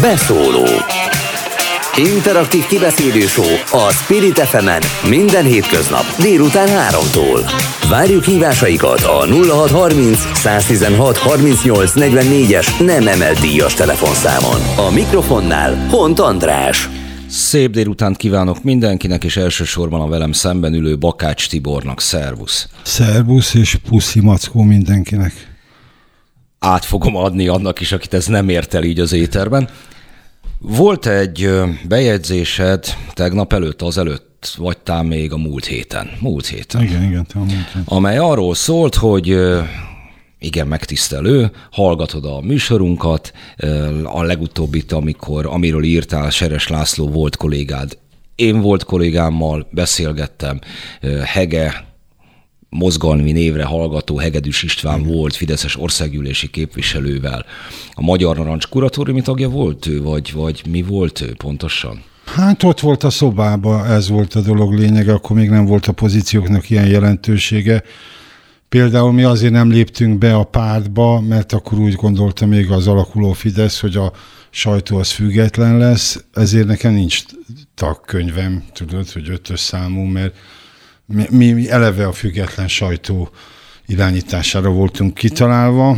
Beszóló. Interaktív kibeszélő show a Spirit FM-en minden hétköznap délután 3-tól. Várjuk hívásaikat a 0630 116 38 44-es nem emelt díjas telefonszámon. A mikrofonnál Hont András. Szép délutánt kívánok mindenkinek, és elsősorban a velem szemben ülő Bakács Tibornak. Szervusz! Szervusz, és puszi mackó mindenkinek. Át fogom adni annak is, akit ez nem ért el így az éterben. Volt egy bejegyzésed tegnap előtt, azelőtt, vagy talán még a múlt héten. Igen, múlt héten. Amely arról szólt, hogy igen, megtisztelő, hallgatod a műsorunkat, a legutóbbit, amiről írtál, Seres László volt kollégád. Én volt kollégámmal, beszélgettem, Hege, mozgalmi névre hallgató Hegedűs István volt fideszes országgyűlési képviselővel. A Magyar Narancs kuratóriumi tagja volt ő, vagy mi volt ő pontosan? Hát ott volt a szobában, ez volt a dolog lényege, akkor még nem volt a pozícióknak ilyen jelentősége. Például mi azért nem léptünk be a pártba, mert akkor úgy gondolta még az alakuló Fidesz, hogy a sajtó az független lesz, ezért nekem nincs tagkönyvem, tudod, hogy 5-ös számú, mert mi eleve a független sajtó irányítására voltunk kitalálva.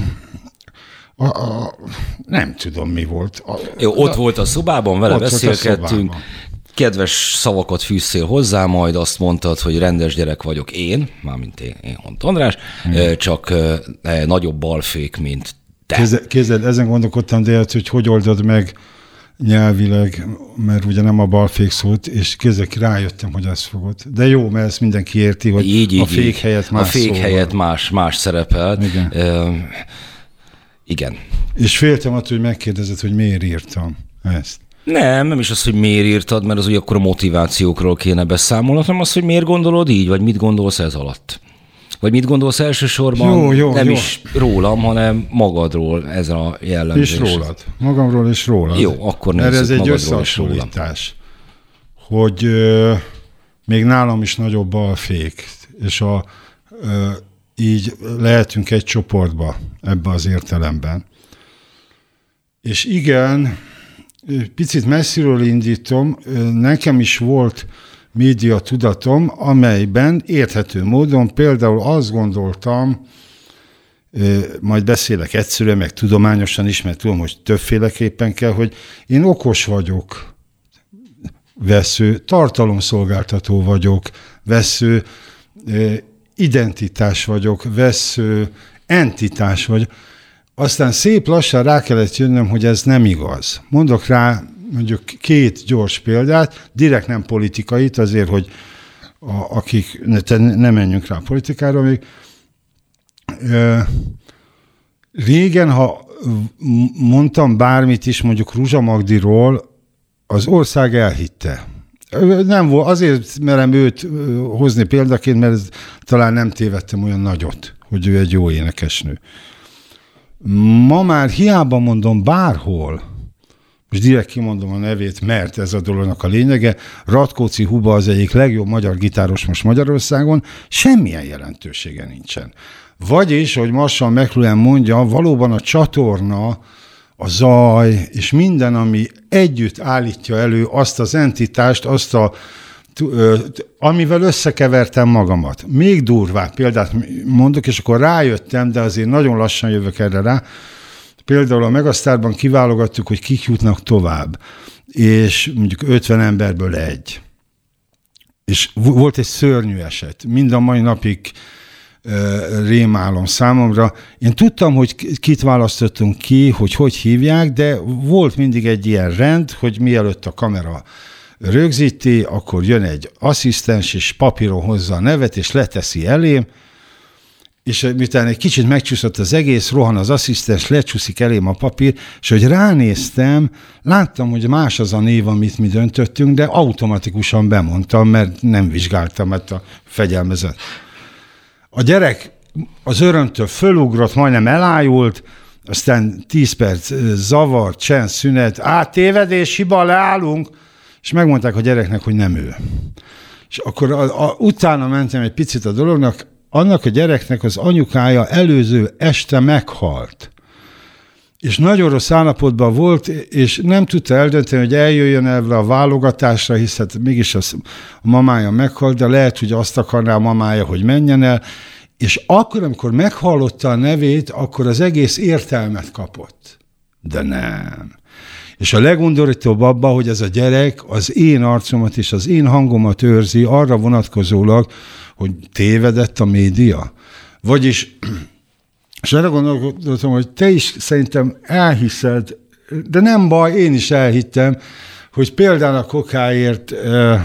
Nem tudom, mi volt. Ott volt a szobában, vele beszélgettünk. Kedves szavakat fűztél hozzá, majd azt mondtad, hogy rendes gyerek vagyok én, mármint én Hont András, csak nagyobb balfék, mint te. Képzeld, ezen gondolkodtam, de hogy oldod meg nyelvileg, mert ugye nem a balfék szót, és kézzel rájöttem, hogy ezt fogod. De jó, mert ezt mindenki érti, hogy így, a fék helyett más a fék helyett más szerepel. Igen. És féltem attól, hogy megkérdezed, hogy miért írtam ezt. Nem is az, hogy miért írtad, mert az úgy akkor a motivációkról kéne beszámolni, hanem az, hogy miért gondolod így, vagy mit gondolsz ez alatt. Vagy mit gondolsz elsősorban nem is rólam, hanem magadról ez a jellemzés. És rólad. Magamról és rólad. Jó, akkor nézzük ez egy magadról és rólam. összehasonlítás, hogy még nálam is nagyobb a fék, és így lehetünk egy csoportba ebbe az értelemben. És igen, picit messziről indítom, nekem is volt média tudatom, amelyben érthető módon például azt gondoltam, majd beszélek egyszerűen, meg tudományosan is, mert tudom, hogy többféleképpen kell, hogy én okos vagyok, vesző, tartalomszolgáltató vagyok, vesző, identitás vagyok, vesző, entitás vagyok. Aztán szép lassan rá kellett jönnöm, hogy ez nem igaz. Mondok rá mondjuk 2 gyors példát, direkt nem politikait, azért, hogy akik ne menjünk rá a politikára még. Régen, ha mondtam bármit is, mondjuk Ruzsa Magdiról, az ország elhitte. Nem volt, azért merem őt hozni példaként, mert talán nem tévedtem olyan nagyot, hogy ő egy jó énekesnő. Ma már hiába mondom bárhol, most direkt kimondom a nevét, mert ez a dolognak a lényege, Ratkóczi Huba az egyik legjobb magyar gitáros most Magyarországon, semmilyen jelentősége nincsen. Vagyis, hogy Marshall McLuhan mondja, valóban a csatorna, a zaj, és minden, ami együtt állítja elő azt az entitást, amivel összekevertem magamat. Még durvább példát mondok, és akkor rájöttem, de azért nagyon lassan jövök erre rá. Például a Megasztárban kiválogattuk, hogy kik jutnak tovább, és mondjuk 50 emberből 1. És volt egy szörnyű eset. Mind a mai napig rémálom számomra. Én tudtam, hogy kit választottunk ki, hogy hívják, de volt mindig egy ilyen rend, hogy mielőtt a kamera rögzíti, akkor jön egy asszisztens, és papíron hozza a nevet, és leteszi elém, és miután egy kicsit megcsúszott az egész, rohan az asszisztens, lecsúszik elém a papír, és hogy ránéztem, láttam, hogy más az a név, amit mi döntöttünk, de automatikusan bemondtam, mert nem vizsgáltam, mert a fegyelmezett. A gyerek az örömtől fölugrott, majdnem elájult, aztán 10 perc zavar, csend, szünet, tévedés, hiba, leállunk, és megmondták a gyereknek, hogy nem ő. És akkor utána mentem egy picit a dolognak, annak a gyereknek az anyukája előző este meghalt. és nagyon rossz állapotban volt, és nem tudta eldönteni, hogy eljöjjön ebbe a válogatásra, hisz hát mégis a mamája meghalt, de lehet, hogy azt akarná a mamája, hogy menjen el, és akkor, amikor meghallotta a nevét, akkor az egész értelmet kapott. De nem. És a legundorítóbb abban, hogy ez a gyerek az én arcomat és az én hangomat őrzi arra vonatkozólag, hogy tévedett a média. Vagyis, és erre gondoltam, hogy te is szerintem elhiszed, de nem baj, én is elhittem, hogy például a kokáért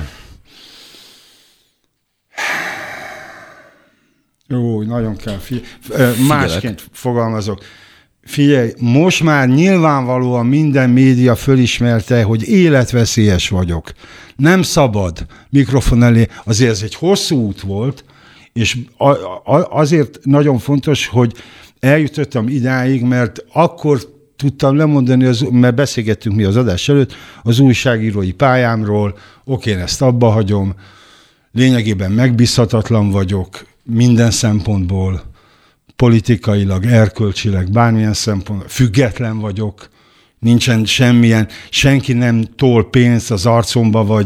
jó, nagyon kell másként fogalmazok. Figyelj, most már nyilvánvalóan minden média fölismerte, hogy életveszélyes vagyok. Nem szabad mikrofon elé. Azért ez egy hosszú út volt, és azért nagyon fontos, hogy eljutottam idáig, mert akkor tudtam lemondani, mert beszélgettünk mi az adás előtt, az újságírói pályámról, én ezt abba hagyom, lényegében megbízhatatlan vagyok minden szempontból, politikailag, erkölcsileg, bármilyen szempontból, független vagyok, nincsen semmilyen, senki nem tol pénzt az arcomba,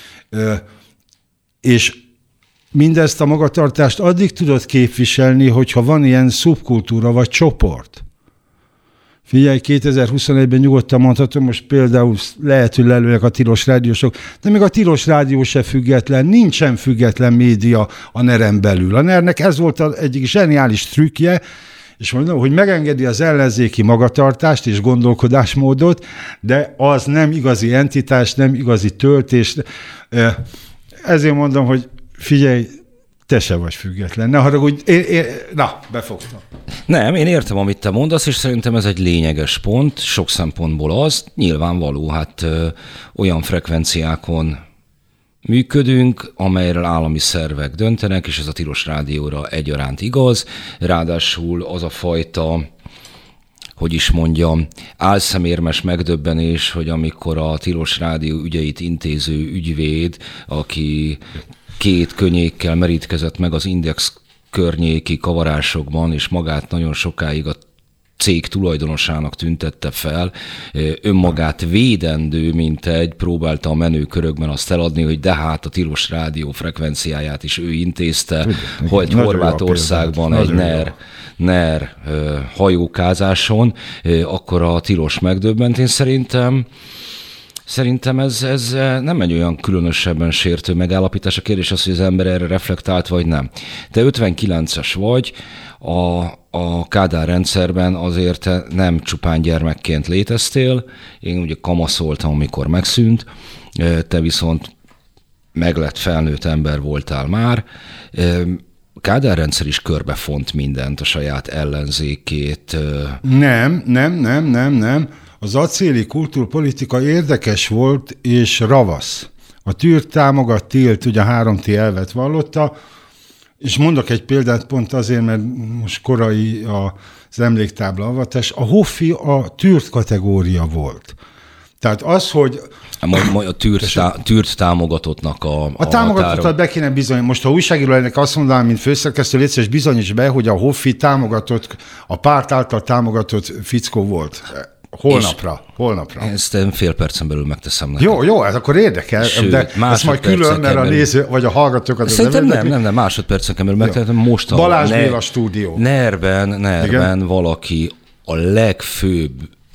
és mindezt a magatartást addig tudod képviselni, hogyha van ilyen szubkultúra vagy csoport. Figyelj, 2021-ben nyugodtan mondhatom, most például lehet, hogy lelőnek a tilos rádiósok, de még a tilos rádió se független, nincsen független média a NER-en belül. A NER-nek ez volt egyik zseniális trükkje, és mondom, hogy megengedi az ellenzéki magatartást és gondolkodásmódot, de az nem igazi entitás, nem igazi töltés. Ezért mondom, hogy figyelj, te se vagy független. Ne haragudj, befogtam. Nem, én értem, amit te mondasz, és szerintem ez egy lényeges pont, sok szempontból az, nyilvánvaló, olyan frekvenciákon működünk, amelyről állami szervek döntenek, és ez a tilos rádióra egyaránt igaz, ráadásul az a fajta, hogy is mondjam, álszemérmes megdöbbenés, hogy amikor a tilos rádió ügyeit intéző ügyvéd, aki 2 könnyékkel merítkezett meg az Index környéki kavarásokban, és magát nagyon sokáig a cég tulajdonosának tüntette fel, önmagát védendő, mint próbálta a menőkörökben azt eladni, hogy de hát a tilos rádió frekvenciáját is ő intézte, hogy Horvátországban egy NER hajókázáson, akkor a tilos megdöbbent. Én Szerintem ez nem egy olyan különösebben sértő megállapítás. A kérdés az, hogy az ember erre reflektált, vagy nem. Te 59-es vagy, a Kádár rendszerben azért nem csupán gyermekként léteztél, én ugye kamaszoltam, amikor megszűnt, te viszont meglett felnőtt ember voltál már. Kádár rendszer is körbefont mindent, a saját ellenzékét. Nem. Az acéli kultúrpolitika érdekes volt és ravasz. A tűrt támogat, tilt, ugye a 3T elvet vallotta, és mondok egy példát pont azért, mert most korai az emléktábla avatás. A Hoffi a tűrt kategória volt. Tehát az, hogy... A tűrt támogatottnak a támogatottat be kéne bizonyítani. Most ha újságíró lennék, azt mondanám, mint főszerkesztő, légy szíves, bizonyíts be, hogy a Hoffi támogatott, a párt által támogatott fickó volt. Holnapra. Ezt én fél percen belül megteszem neked. Jó, ez akkor érdekel, sőt, de ezt majd külön, mert a néző, vagy a hallgatókat... Szerintem nem, másodpercen belül megteszem. Most a Balázs Béla stúdió. NER-ben valaki a legfőbb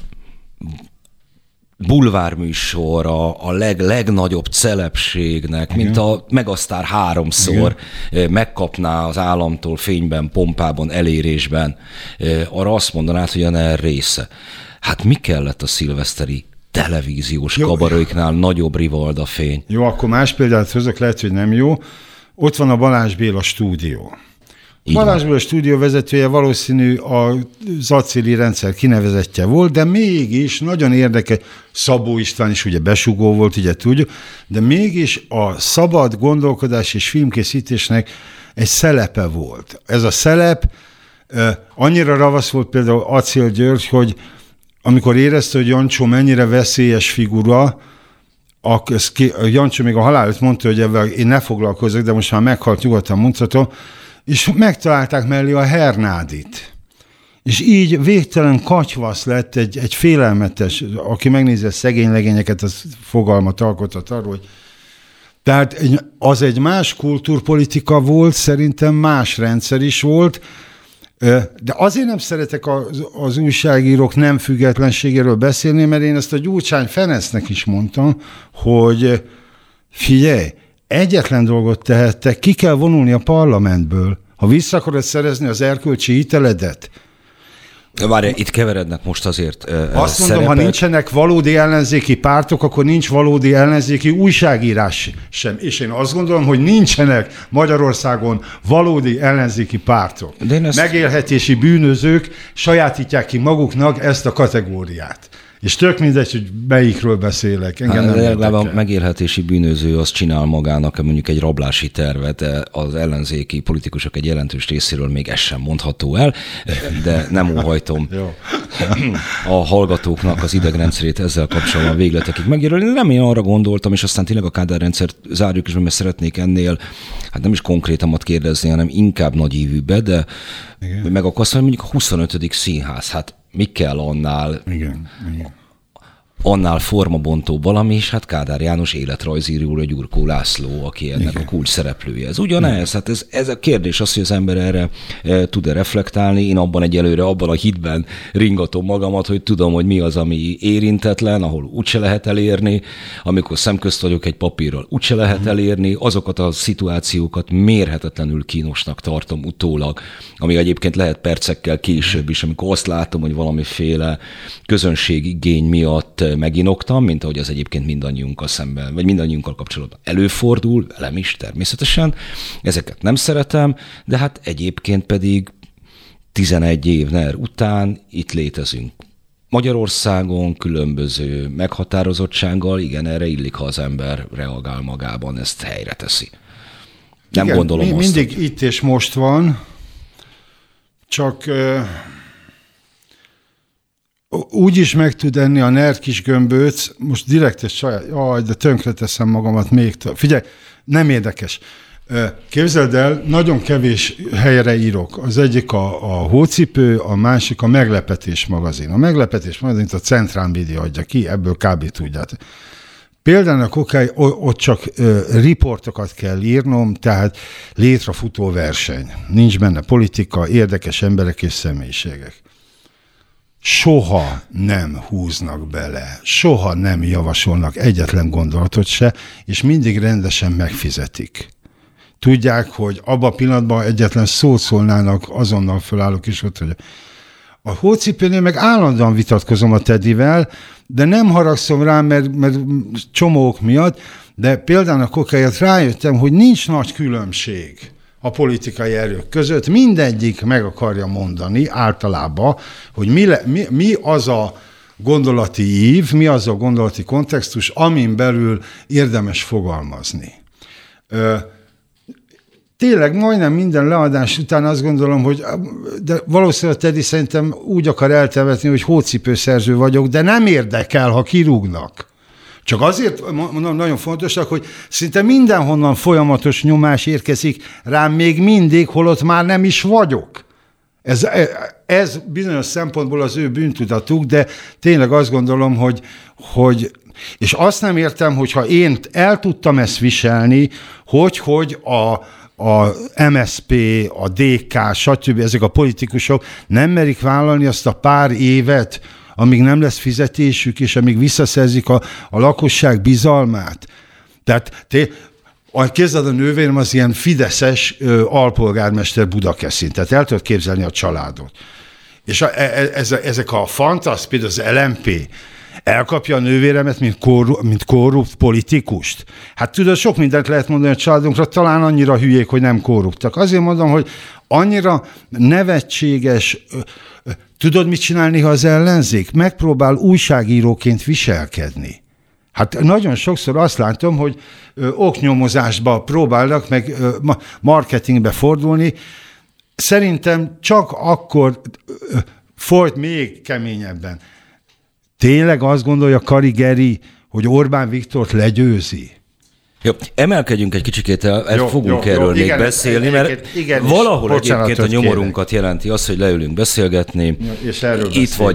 bulvárműsor, a legnagyobb celebségnek, mint a Megasztár 3-szor megkapná az államtól fényben, pompában, elérésben. Arra azt mondanád, hogy a NER része. Hát mi kellett a szilveszteri televíziós kabaréknál nagyobb Rivalda fény? Jó, akkor más példát hozok, lehet, hogy nem jó. Ott van a Balázs Béla stúdió. Balázs Béla stúdió vezetője valószínű az acéli rendszer kinevezettje volt, de mégis nagyon érdekes, Szabó István is ugye besugó volt, ugye tudjuk, de mégis a szabad gondolkodás és filmkészítésnek egy szelepe volt. Ez a szelep annyira ravasz volt például Acél György, hogy amikor érezte, hogy Jancsó mennyire veszélyes figura, Jancsó még a halál előtt mondta, hogy ebben én ne foglalkozok, de most már meghalt, nyugodtan mondhatom, és megtalálták mellé a Hernádit. És így végtelen katyvasz lett egy félelmetes, aki megnézi a szegény legényeket, az fogalmat alkothat arról, hogy tehát az egy más kultúrpolitika volt, szerintem más rendszer is volt, de azért nem szeretek az újságírók nem függetlenségéről beszélni, mert én ezt a Gyurcsány Ferencnek is mondtam, hogy figyelj, egyetlen dolgot tehettek, ki kell vonulni a parlamentből. Ha vissza akarod szerezni az erkölcsi hiteledet, Várj, itt keverednek most azért azt mondom, ha nincsenek valódi ellenzéki pártok, akkor nincs valódi ellenzéki újságírás sem. És én azt gondolom, hogy nincsenek Magyarországon valódi ellenzéki pártok. Megélhetési bűnözők sajátítják ki maguknak ezt a kategóriát. És tök mindegy, hogy melyikről beszélek. Legalább a megélhetési bűnöző azt csinál magának mondjuk egy rablási tervet, de az ellenzéki politikusok egy jelentős részéről még ez sem mondható el, de nem óhajtom a hallgatóknak az idegrendszerét ezzel kapcsolatban végletekig megjelölni. Nem én arra gondoltam, és aztán tényleg a Kádár rendszert zárjuk is, mert szeretnék ennél, hát nem is konkrétamat kérdezni, hanem inkább nagyívűbe, de meg akkor azt mondom, mondjuk a 25. színház, hát mi kell annál, annál formabontó valami, és hát Kádár János életrajzírója Gyurkó László, aki ennek a kulcs szereplője. Ez ugyanez, hát ez a kérdés az, hogy az ember erre tud-e reflektálni. Én abban egyelőre, abban a hitben ringatom magamat, hogy tudom, hogy mi az, ami érintetlen, ahol úgyse lehet elérni, amikor szemközt vagyok egy papírral, úgyse lehet elérni, azokat a szituációkat mérhetetlenül kínosnak tartom utólag, ami egyébként lehet percekkel később is, amikor azt látom, hogy valamiféle közönségigény miatt meginoktam, mint ahogy az egyébként mindannyiunkkal szemben, vagy mindannyiunkkal kapcsolatban előfordul, velem is természetesen. Ezeket nem szeretem, de hát egyébként pedig 11 év NER után itt létezünk. Magyarországon különböző meghatározottsággal, igen, erre illik, ha az ember reagál magában, ezt helyre teszi. Nem igen, gondolom azt. Mindig hogy... itt és most van, csak... úgy is meg tud enni a NER kis gömböc, most direkt egy saját, de tönkreteszem magamat még több. Figyelj, nem érdekes. Képzeld el, nagyon kevés helyre írok. Az egyik a Hócipő, a másik a Meglepetés magazin. A Meglepetés magazint a Centrál Média adja ki, ebből kb. Tudjátok. Például ott csak riportokat kell írnom, tehát létrafutó verseny. Nincs benne politika, érdekes emberek és személyiségek. Soha nem húznak bele, soha nem javasolnak egyetlen gondolatot se, és mindig rendesen megfizetik. Tudják, hogy abban a pillanatban egyetlen szót szólnának, azonnal fölállok is ott, hogy a Hócipőnél meg állandóan vitatkozom a Tedivel, de nem haragszom rá, mert csomók miatt, de például a kokáját rájöttem, hogy nincs nagy különbség a politikai erők között, mindegyik meg akarja mondani általában, hogy mi az a gondolati ív, mi az a gondolati kontextus, amin belül érdemes fogalmazni. Tényleg majdnem minden leadás után azt gondolom, hogy de valószínűleg Teddy szerintem úgy akar eltemetni, hogy hócipőszerző vagyok, de nem érdekel, ha kirúgnak. Csak azért mondom nagyon fontosak, hogy szinte mindenhonnan folyamatos nyomás érkezik rám még mindig, holott már nem is vagyok. Ez bizonyos szempontból az ő bűntudatuk, de tényleg azt gondolom, hogy és azt nem értem, hogyha én el tudtam ezt viselni, hogy a MSZP, a DK, stb. Ezek a politikusok nem merik vállalni azt a pár évet, amíg nem lesz fizetésük, és amíg visszaszerzik a lakosság bizalmát. Tehát képzeld, a nővérem az ilyen fideszes alpolgármester Budakeszin, tehát el tudod képzelni a családot. És ezek a fantasz, például az LMP, elkapja a nővéremet, mint korrupt politikust. Hát tudod, sok mindent lehet mondani a családunkra, talán annyira hülyék, hogy nem korruptak. Azért mondom, hogy annyira nevetséges. Tudod, mit csinál néha az ellenzék? Megpróbál újságíróként viselkedni. Hát nagyon sokszor azt látom, hogy oknyomozásba próbálnak, meg marketingbe fordulni. Szerintem csak akkor folyt még keményebben. Tényleg azt gondolja Kari Geri, hogy Orbán Viktort legyőzi? Jó, emelkedjünk egy kicsikét, fogunk erről még beszélni, mert valahol egyébként a nyomorunkat jelenti az, hogy leülünk beszélgetni. És erről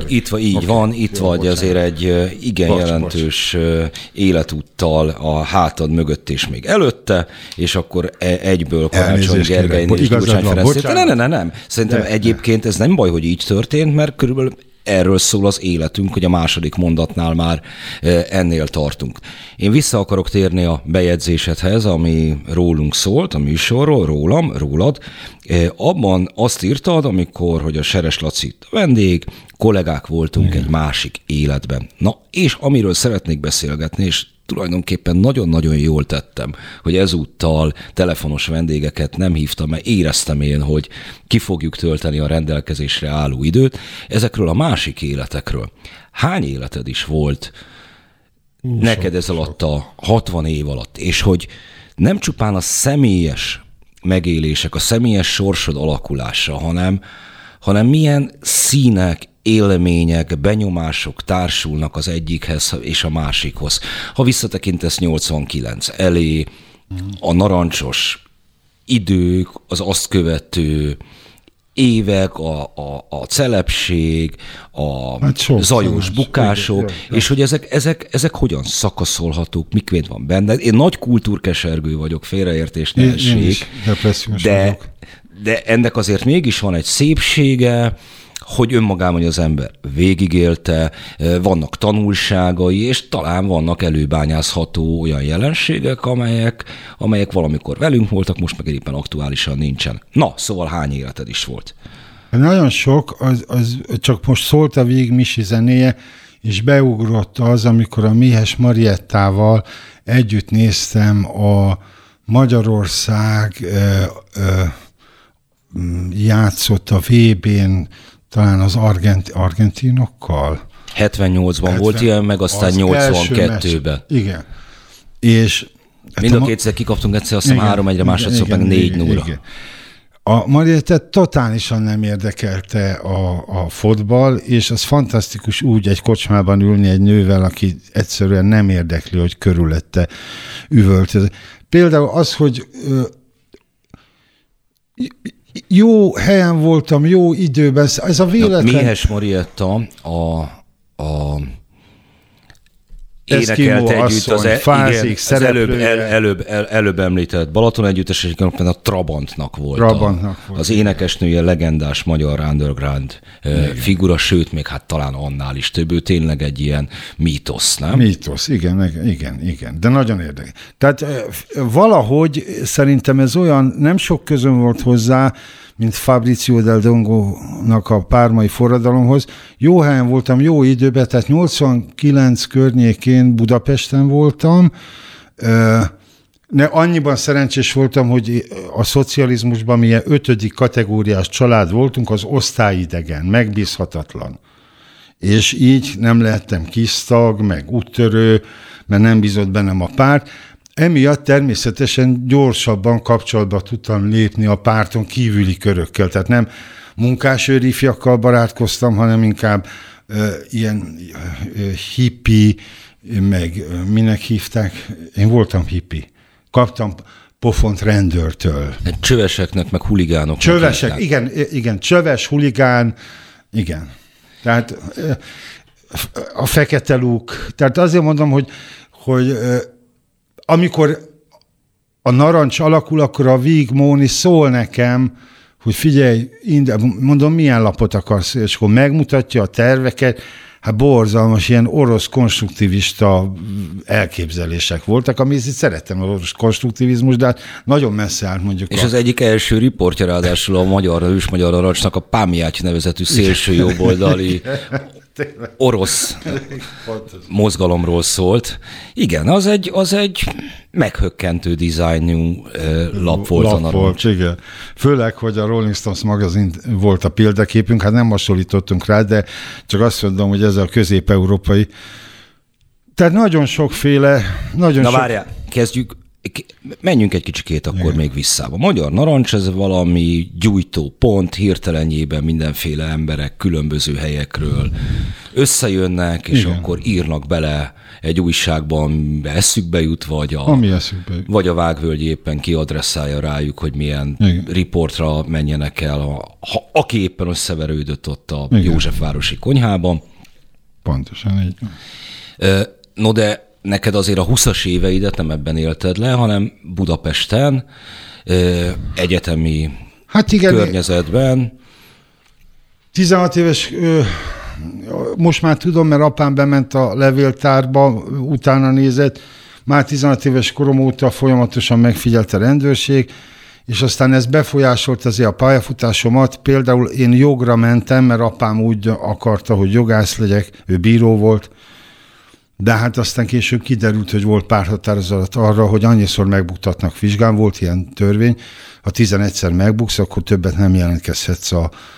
itt vagy azért egy igen jelentős életúttal a hátad mögött és még előtte, és akkor egyből Karácsony Gergelynél és Gyurcsány Ferencnél. Nem. Szerintem egyébként ez nem baj, hogy így történt, mert körülbelül erről szól az életünk, hogy a második mondatnál már ennél tartunk. Én vissza akarok térni a bejegyzésedhez, ami rólunk szólt, a műsorról, rólad. Abban azt írtad, amikor, hogy a Seres Laci vendég, kollégák voltunk egy másik életben. Na, és amiről szeretnék beszélgetni, és tulajdonképpen nagyon-nagyon jól tettem, hogy ezúttal telefonos vendégeket nem hívtam, mert éreztem én, hogy ki fogjuk tölteni a rendelkezésre álló időt. Ezekről a másik életekről. Hány életed is volt neked ez alatt a 60 év alatt, és hogy nem csupán a személyes megélések, a személyes sorsod alakulása, hanem milyen színek, élmények, benyomások társulnak az egyikhez és a másikhoz. Ha visszatekintesz 89 elé, a narancsos idők, az azt követő évek, a celebség, a zajos bukások, és hogy ezek hogyan szakaszolhatók, miként van benne. Én nagy kultúrkesergő vagyok, félreértés ne essék, de ennek azért mégis van egy szépsége, hogy önmagában, hogy az ember végigélte, vannak tanulságai, és talán vannak előbányázható olyan jelenségek, amelyek valamikor velünk voltak, most meg éppen aktuálisan nincsen. Na, szóval hány életed is volt? Nagyon sok, az csak most szólt a végig Misi zenéje, és beugrott az, amikor a Méhes Mariettával együtt néztem a Magyarország játszott a VB-n, talán az argentinokkal. 78-ban volt ilyen, meg aztán 82-ben. Igen. És mind a kétszer kikaptunk egyszer, azt hiszem 3-1-re, másodszor meg 4-0-ra. A Mariettet totálisan nem érdekelte a fotball, és az fantasztikus úgy egy kocsmában ülni egy nővel, aki egyszerűen nem érdekli, hogy körülötte üvölt. Például az, hogy jó helyen voltam, jó időben, ez a véletlen... Méhes Marietta a énekelte együtt az előbb említett Balaton együttes, és a Trabantnak volt. Az énekesnője legendás magyar underground figura, sőt, még hát talán annál is több. Ő tényleg egy ilyen mítosz, nem? Mítosz, igen. De nagyon érdekes. Tehát valahogy szerintem ez olyan, nem sok közön volt hozzá, mint Fabrizio del Dongo-nak a Pármai forradalomhoz. Jó helyen voltam, jó időben, tehát 89 környékén Budapesten voltam. Annyiban szerencsés voltam, hogy a szocializmusban milyen 5. kategóriás család voltunk, az osztályidegen, megbízhatatlan. És így nem lehettem kisztag, meg úttörő, mert nem bízott bennem a párt. Emiatt természetesen gyorsabban kapcsolatba tudtam lépni a párton kívüli körökkel. Tehát nem munkásőri ifjakkal barátkoztam, hanem inkább ilyen hippi, meg minek hívták? Én voltam hippi. Kaptam pofont rendőrtől. Csöveseknek, meg huligánoknak. Csövesek, igen, csöves, huligán, igen. Tehát a fekete luk. Tehát azért mondom, hogy amikor a narancs alakul, akkor a Víg Móni szól nekem, hogy figyelj, mondom, milyen lapot akarsz, és akkor megmutatja a terveket, hát borzalmas, ilyen orosz konstruktivista elképzelések voltak, ami szerettem az orosz konstruktivizmus, de hát nagyon messze állt mondjuk. És az egyik első riportja ráadásul a ősmagyar narancsnak a Pámiáty nevezetű szélső jobboldali orosz mozgalomról szólt. Igen, az egy meghökkentő dizájnú lap volt a narancs. Igen. Főleg, hogy a Rolling Stones magazin volt a példaképünk, hát nem hasonlítottunk rá, de csak azt mondom, hogy ez a közép-európai. Tehát nagyon sokféle, várjál, menjünk egy kicsikét akkor még vissza. A magyar narancs, ez valami gyújtópont, hirtelenjében mindenféle emberek különböző helyekről összejönnek, és akkor írnak bele egy újságban eszükbe jut, vagy a Vágvölgy éppen kiadresszálja rájuk, hogy milyen riportra menjenek el, aki éppen összeverődött ott a Józsefvárosi konyhában. Pontosan így. No de neked azért a 20-as éveidet nem ebben élted le, hanem Budapesten, egyetemi környezetben. 16 éves, most már tudom, mert apám bement a levéltárba, utána nézett, már 16 éves korom óta folyamatosan megfigyelt a rendőrség, és aztán ez befolyásolt azért a pályafutásomat. Például én jogra mentem, mert apám úgy akarta, hogy jogász legyek, ő bíró volt, de hát aztán később kiderült, hogy volt párthatározat arra, hogy annyiszor megbuktatnak vizsgán, volt ilyen törvény, ha 11-szer megbuksz, akkor többet nem jelentkezhetsz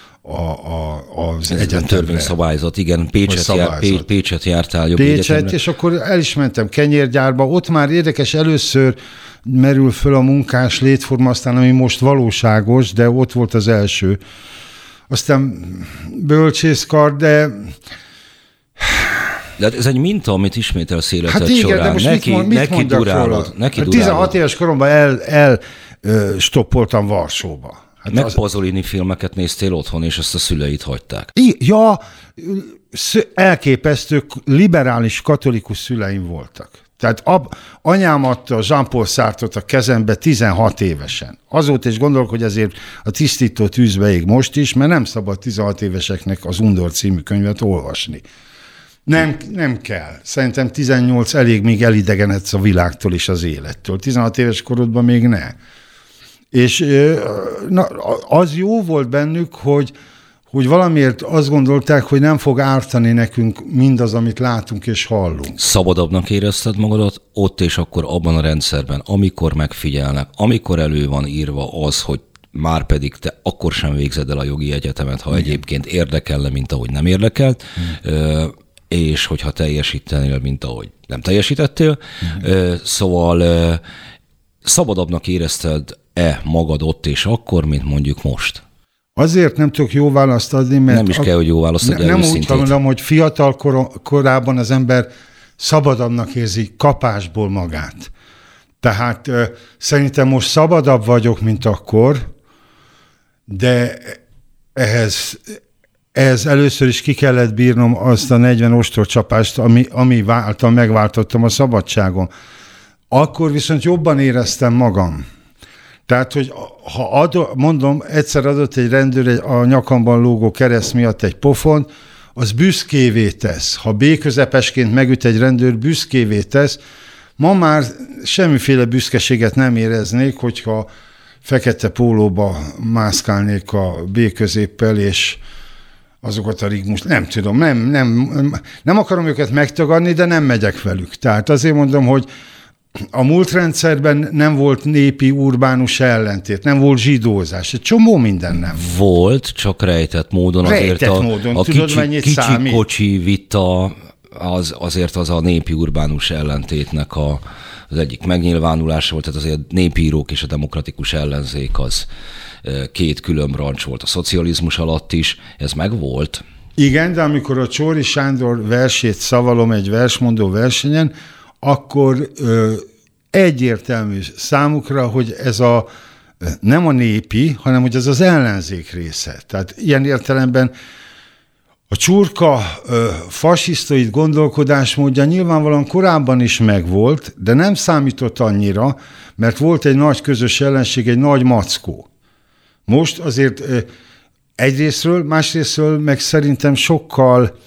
az egyetemre. Törvényszabályzat, igen, Pécset jártál jobb Pécset, egyetemre. És akkor el is mentem kenyérgyárba, ott már érdekes, először merül föl a munkás létforma, aztán ami most valóságos, de ott volt az első. Aztán bölcsészkar, de ez egy minta, amit ismételsz életed hát igen, során. De most mit durálod. 16 éves koromban elstoppoltam Varsóba. Hát meg Pasolini filmeket néztél otthon, és ezt a szüleid hagyták. Ja, elképesztő liberális katolikus szüleim voltak. Tehát anyám adta Jean-Paul Sartre-ot a kezembe 16 évesen. Azóta is gondolok, hogy ezért a tisztító tűzbe ég most is, mert nem szabad 16 éveseknek az Undor című könyvet olvasni. Nem kell. Szerintem 18 elég, míg elidegenedsz a világtól és az élettől. 16 éves korodban még ne. És az jó volt bennük, hogy valamiért azt gondolták, hogy nem fog ártani nekünk mindaz, amit látunk és hallunk. Szabadabbnak érezted magadat ott és akkor abban a rendszerben, amikor megfigyelnek, amikor elő van írva az, hogy már pedig te akkor sem végzed el a jogi egyetemet, ha egyébként érdekelne, mint ahogy nem érdekelt, és hogyha teljesítenél, mint ahogy nem teljesítettél. Szóval szabadabbnak érezted-e magad ott és akkor, mint mondjuk most? Azért nem tudok jó választ adni, mert... Nem is kell, hogy jó választ adni. Nem úgy mondom, hogy fiatal korában az ember szabadabbnak érzi kapásból magát. Tehát szerintem most szabadabb vagyok, mint akkor, de ehhez először is ki kellett bírnom azt a 40 ostorcsapást, ami által megváltottam a szabadságom. Akkor viszont jobban éreztem magam. Tehát, hogy ha mondom, egyszer adott egy rendőr a nyakamban lógó kereszt miatt egy pofont, az büszkévé tesz. Ha B-közepesként megüt egy rendőr, büszkévé tesz. Ma már semmiféle büszkeséget nem éreznék, hogyha fekete pólóba mászkálnék a B-középpel, és azokat a rigmus, nem tudom, nem akarom őket megtagadni, de nem megyek velük. Tehát azért mondom, hogy a múlt rendszerben nem volt népi urbánus ellentét, nem volt zsidózás, egy csomó minden nem. Volt, csak rejtett módon. A kicsi kocsi vita azért az a népi urbánus ellentétnek az egyik megnyilvánulása volt, tehát azért népírók és a demokratikus ellenzék az két külön brancs volt a szocializmus alatt is, ez meg volt. Igen, de amikor a Csorri Sándor versét szavalom egy versmondó versenyen, akkor egyértelmű számukra, hogy ez nem a népi, hanem hogy ez az ellenzék része. Tehát ilyen értelemben a csurka fasisztoid gondolkodásmódja nyilvánvalóan korábban is megvolt, de nem számított annyira, mert volt egy nagy közös ellenség, egy nagy mackó. Most azért egyrészről, másrészről meg szerintem sokkal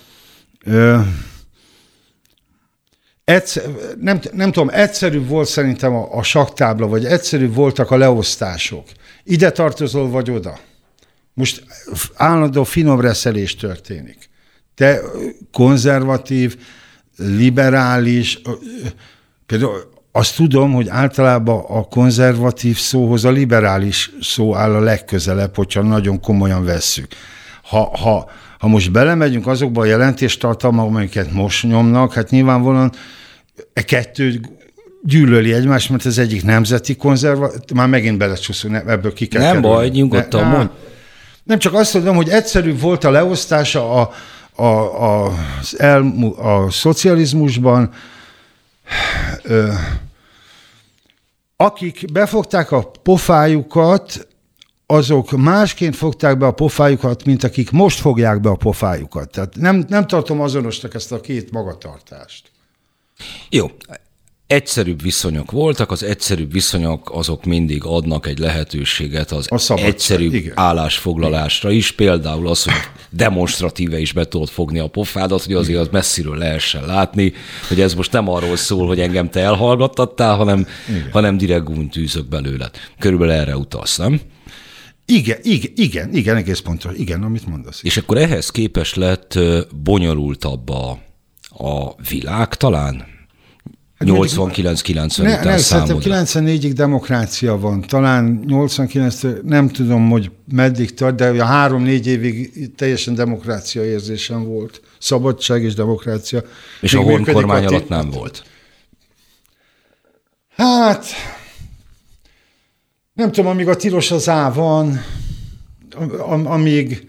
nem tudom, egyszerűbb volt szerintem a sakktábla, vagy egyszerűbb voltak a leosztások. Ide tartozol, vagy oda. Most állandó finom reszelés történik. Te konzervatív, liberális, például azt tudom, hogy általában a konzervatív szóhoz a liberális szó áll a legközelebb, hogyha nagyon komolyan vesszük. Ha most belemegyünk azokba a jelentéstartalmakba, amiket most nyomnak, hát nyilvánvalóan kettő gyűlöli egymást, mert az egyik nemzeti konzervatív, már megint belecsúszunk, ebből ki kell kerülni. Nem baj, nyugodtan mondj. Nem, csak azt mondom, hogy egyszerűbb volt a leosztása a szocializmusban, akik befogták a pofájukat, azok másként fogták be a pofájukat, mint akik most fogják be a pofájukat. Tehát nem tartom azonosnak ezt a két magatartást. Jó. Egyszerűbb viszonyok voltak, az egyszerűbb viszonyok azok mindig adnak egy lehetőséget az egyszerűbb állásfoglalásra is, például az, hogy demonstratíve is be tudod fogni a pofádat, hogy azért az messziről lehessen látni, hogy ez most nem arról szól, hogy engem te elhallgattattál, hanem direkt gúnytűzök belőled. Körülbelül erre utalsz, nem? Igen, egész pontos. Igen, amit mondasz. És akkor ehhez képest lett bonyolultabb a világ talán? 89-90 után számodra. 94-ig demokrácia van, talán 89 nem tudom, hogy meddig tart, de a 3-4 évig teljesen demokrácia érzésem volt. Szabadság és demokrácia. És a Horn kormány alatt nem volt? Hát, nem tudom, amíg a tilos az A van, amíg...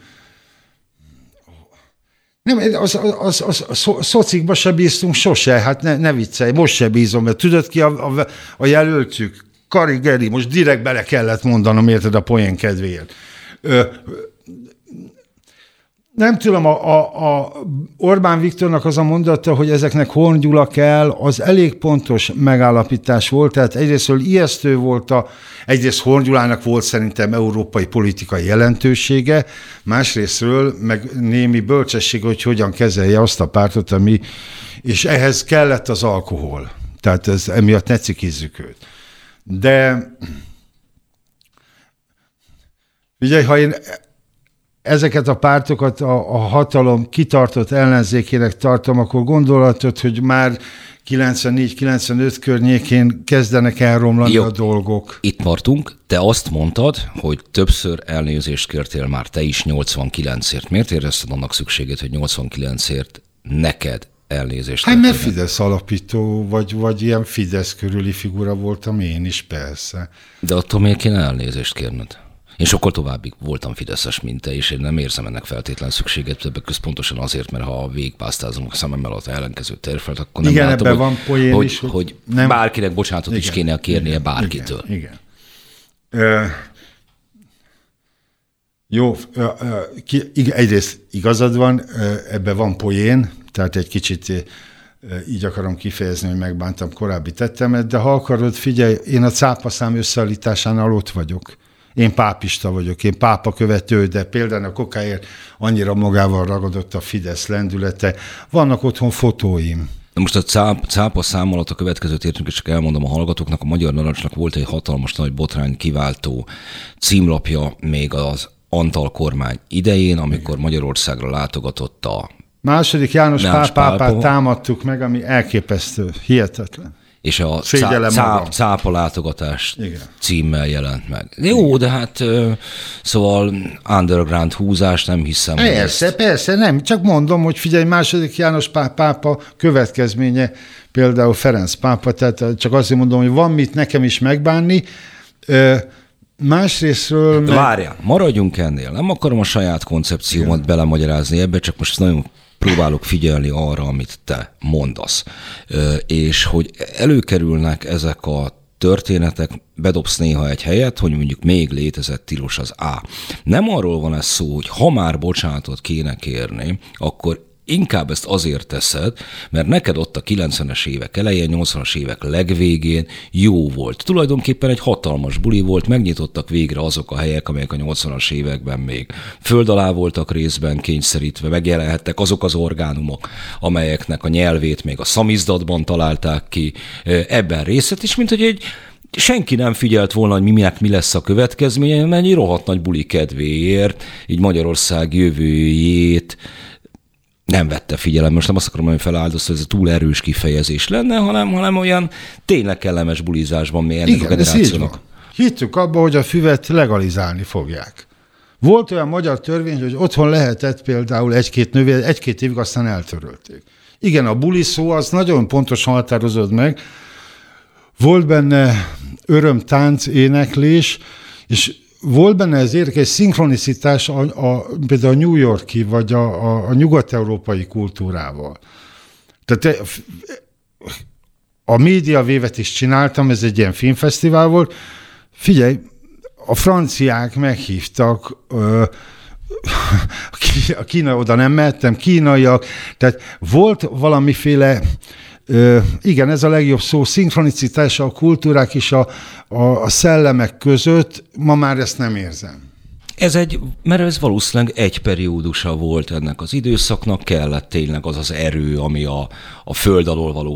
Nem, szocikba se bíztunk sose, hát ne viccelj, most se bízom, mert tudod ki a jelöltjük? Kari Geri, most direkt bele kellett mondanom, érted, a poén kedvéért. Nem tudom, a Orbán Viktornak az a mondata, hogy ezeknek Horn Gyula kell, az elég pontos megállapítás volt, tehát egyrésztről ijesztő volt egyrészt Horn Gyulának volt szerintem európai politikai jelentősége, másrésztről meg némi bölcsesség, hogy hogyan kezelje azt a pártot, és ehhez kellett az alkohol. Tehát emiatt ne cikizzük őt. De ugye, ha én ezeket a pártokat a hatalom kitartott ellenzékének tartom, akkor gondolatot, hogy már 94-95 környékén kezdenek elromlani a dolgok. Itt tartunk. Te azt mondtad, hogy többször elnézést kértél már te is 89-ért. Miért érezted annak szükségét, hogy 89-ért neked elnézést kértél? Hát mert Fidesz alapító, vagy ilyen Fidesz körüli figura voltam én is, persze. De attól miért kéne elnézést kérned? Én sokkal továbbig voltam fideszes, mint te, és én nem érzem ennek feltétlen szükséget, többek között pontosan azért, mert ha végigpásztázom a szememmel az ellenkező térfelt, akkor nem látom, ebben van poén is, hogy nem, bárkinek bocsánatot is kéne kérnie bárkitől. Igen. Jó, egyrészt igazad van, ebben van poén, tehát egy kicsit így akarom kifejezni, hogy megbántam korábbi tettemet, de ha akarod, figyelj, én a cápaszám összeállításánál ott vagyok. Én pápista vagyok, én pápa követő, de például a kokáért annyira magával ragadott a Fidesz lendülete. Vannak otthon fotóim. Na most a cápa szám alatt a következőt értünk, és csak elmondom a hallgatóknak, a Magyar Narancsnak volt egy hatalmas nagy botrány kiváltó címlapja még az Antal kormány idején, amikor Magyarországra látogatott a második János pápát támadtuk meg, ami elképesztő, hihetetlen. És a cápa látogatás címmel jelent meg. Jó, de hát szóval underground húzás, nem hiszem. Persze, nem. Csak mondom, hogy figyelj, második János pápa következménye, például Ferenc pápa, tehát csak azért mondom, hogy van mit nekem is megbánni. Másrésztről... Várjál, maradjunk ennél. Nem akarom a saját koncepciómat belemagyarázni ebbe, csak most nagyon próbálok figyelni arra, amit te mondasz. És hogy előkerülnek ezek a történetek, bedobsz néha egy helyet, hogy mondjuk még létezett tilos az A. Nem arról van ez szó, hogy ha már bocsánatot kéne kérni, akkor inkább ezt azért teszed, mert neked ott a 90-es évek elején, 80-as évek legvégén jó volt. Tulajdonképpen egy hatalmas buli volt, megnyitottak végre azok a helyek, amelyek a 80-as években még föld alá voltak részben kényszerítve, megjelenhettek azok az orgánumok, amelyeknek a nyelvét még a szamizdatban találták ki, ebben részt is, mint hogy senki nem figyelt volna, hogy mi lesz a következménye, mert egy rohadt nagy buli kedvéért, így Magyarország jövőjét nem vette figyelem. Most nem azt akarom, hogy feláldozta, hogy ez a túl erős kifejezés lenne, hanem olyan tényleg kellemes bulizásban még ennek a generációnak. Hittük abba, hogy a füvet legalizálni fogják. Volt olyan magyar törvény, hogy otthon lehetett például egy-két évig, aztán eltörölték. Igen, a buli szó az nagyon pontosan határozott meg. Volt benne örömtánc, éneklés, és volt benne ez érdekes szinkronicitás például a New York-i, vagy a nyugat-európai kultúrával. Tehát a médiavévet is csináltam, ez egy ilyen filmfesztivál volt. Figyelj, a franciák meghívtak, a Kína, oda nem mehettem, kínaiak, tehát volt valamiféle, igen, ez a legjobb szó, szinkronicitása a kultúrák és a szellemek között, ma már ezt nem érzem. Mert ez valószínűleg egy periódusa volt ennek az időszaknak, kellett tényleg az az erő, ami a föld alól való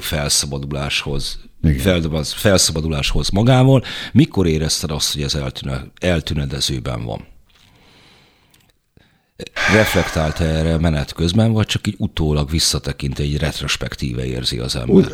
felszabaduláshoz magával. Mikor érezted azt, hogy ez eltünedezőben van? Reflektálta erre menet közben, vagy csak így utólag visszatekint, egy retrospektíve érzi az ember?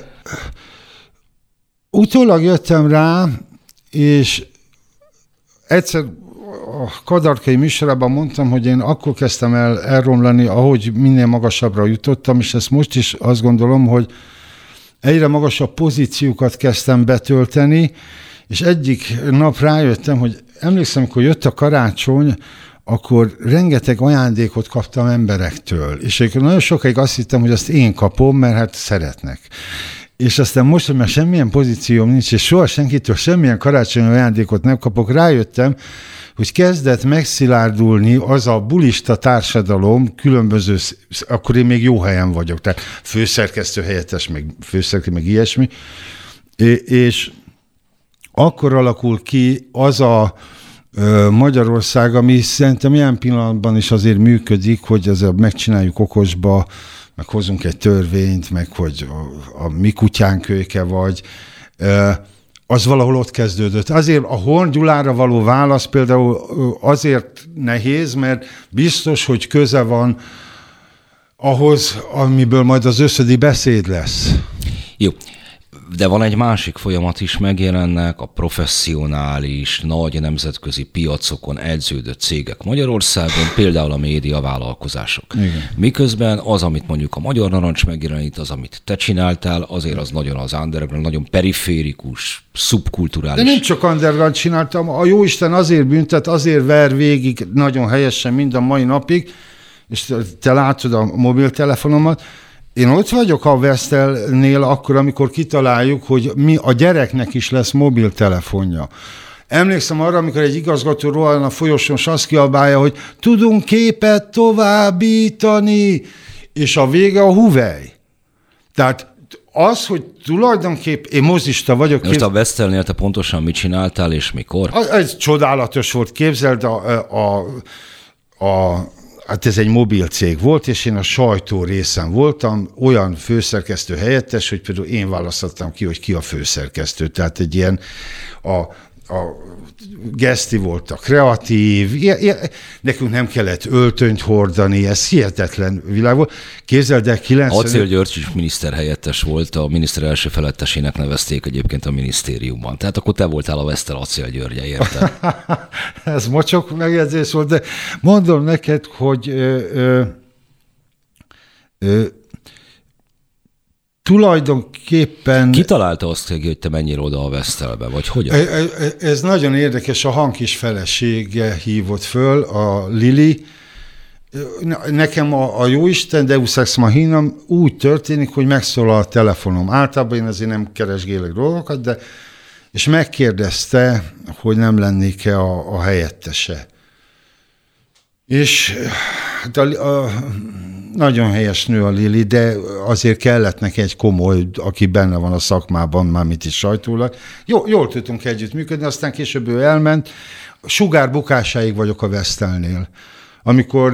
Utólag jöttem rá, és egyszer a Kadarkai műsorában mondtam, hogy én akkor kezdtem el elromlani, ahogy minél magasabbra jutottam, és ezt most is azt gondolom, hogy egyre magasabb pozíciókat kezdtem betölteni, és egyik nap rájöttem, hogy emlékszem, amikor jött a karácsony, akkor rengeteg ajándékot kaptam emberektől, és nagyon sokáig azt hittem, hogy azt én kapom, mert hát szeretnek. És aztán most, hogy már semmilyen pozícióm nincs, és soha senkitől semmilyen karácsonyi ajándékot nem kapok, rájöttem, hogy kezdett megszilárdulni az a bulista társadalom különböző, akkor én még jó helyen vagyok, tehát főszerkesztő helyettes, meg főszerkesztő, meg ilyesmi, és akkor alakul ki az a Magyarország, ami szerintem ilyen pillanatban is azért működik, hogy azért megcsináljuk okosba, meg hozunk egy törvényt, meg hogy a mi kutyánk kölyke vagy, az valahol ott kezdődött. Azért a Horn Gyulára való válasz például azért nehéz, mert biztos, hogy köze van ahhoz, amiből majd az összödi beszéd lesz. Jó. De van egy másik folyamat is, megjelennek a professzionális, nagy nemzetközi piacokon edződött cégek Magyarországon, például a médiavállalkozások. Igen. Miközben az, amit mondjuk a Magyar Narancs megjelenít, az, amit te csináltál, azért az nagyon az underground, nagyon periférikus, szubkulturális. De nem csak underground csináltam, a jóisten azért büntet, azért ver végig nagyon helyesen mind a mai napig, és te látod a mobiltelefonomat. Én ott vagyok a Vestelnél akkor, amikor kitaláljuk, hogy a gyereknek is lesz mobiltelefonja. Emlékszem arra, amikor egy igazgató rohan a folyosón, és azt kiabálja, hogy tudunk képet továbbítani, és a vége a Huawei. Tehát az, hogy tulajdonképp, én mozista vagyok. Most a Vestelnél te pontosan mit csináltál, és mikor? Ez csodálatos volt, képzeld, hát ez egy mobil cég volt, és én a sajtó részen voltam, olyan főszerkesztő helyettes, hogy például én választottam ki, hogy ki a főszerkesztő. Tehát egy ilyen, a Geszti volt a kreatív, nekünk nem kellett öltönyt hordani, ez hihetetlen világ volt. Képzeld el, 90... Acél György is miniszterhelyettes volt, a miniszter első felettesének nevezték egyébként a minisztériumban. Tehát akkor te voltál a Vestel Acél Györgye, érted? Ez mocsok megjegyzés volt, de mondom neked, hogy tulajdonképpen... Ki találta azt, hogy te mennyire oda a Vestelbe, vagy hogyan? Ez nagyon érdekes, a Hankis felesége hívott föl, a Lili. Nekem a jóisten, Deus ex machina úgy történik, hogy megszólal a telefonom. Általában én azért nem keresgélek dolgokat, de és megkérdezte, hogy nem lennék-e a helyettese. És nagyon helyes nő a Lili, de azért kellett neki egy komoly, aki benne van a szakmában, mármint is sajtólag. Jól tudtunk együtt működni, aztán később ő elment. Sugár bukásáig vagyok a Vestelnél. Amikor...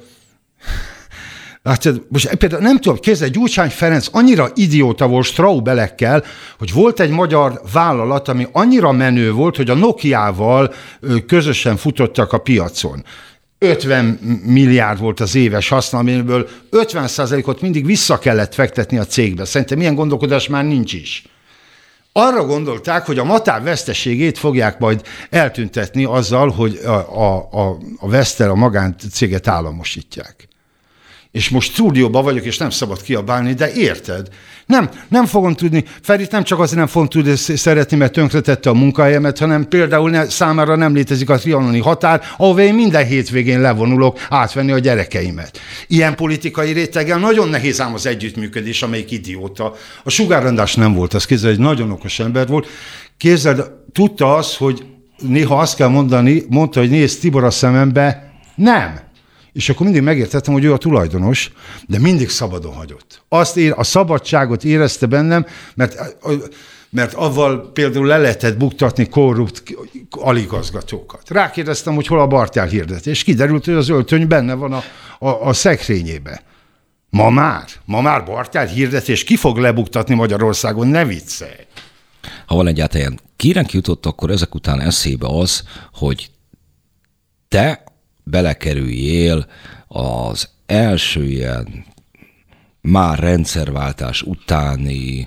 Látszod, most például nem tudom, képzelj, Gyurcsány Ferenc annyira idióta volt Straubelekkel, hogy volt egy magyar vállalat, ami annyira menő volt, hogy a Nokiával közösen futottak a piacon. 50 milliárd volt az éves haszna, amiből 50%-ot mindig vissza kellett fektetni a cégbe. Szerintem ilyen gondolkodás már nincs is. Arra gondolták, hogy a Matáv veszteségét fogják majd eltüntetni azzal, hogy a Vestel, a magáncéget államosítják. És most stúdióban vagyok, és nem szabad kiabálni, de érted? Nem fogom tudni, Ferit nem csak azért nem fogom tudni szeretni, mert tönkretette a munkahelyemet, hanem például számára nem létezik a trianoni határ, ahol én minden hétvégén levonulok átvenni a gyerekeimet. Ilyen politikai réteggel nagyon nehéz ám az együttműködés, amelyik idióta. A Sugár András nem volt, az képzeld, egy nagyon okos ember volt. Képzeld, tudta azt, hogy néha azt kell mondani, mondta, hogy nézd Tibor a szemembe, nem. És akkor mindig megértettem, hogy ő a tulajdonos, de mindig szabadon hagyott. A szabadságot érezte bennem, mert avval például le lehetett buktatni korrupt aligazgatókat. Rákérdeztem, hogy hol a Bartyál hirdetés, és kiderült, hogy az öltöny benne van a szekrényébe. Ma már Bartyál hirdetés, ki fog lebuktatni Magyarországon, ne viccelj! Ha van egyáltalán kinek jutott, akkor ezek után eszébe az, hogy te belekerüljél az első ilyen már rendszerváltás utáni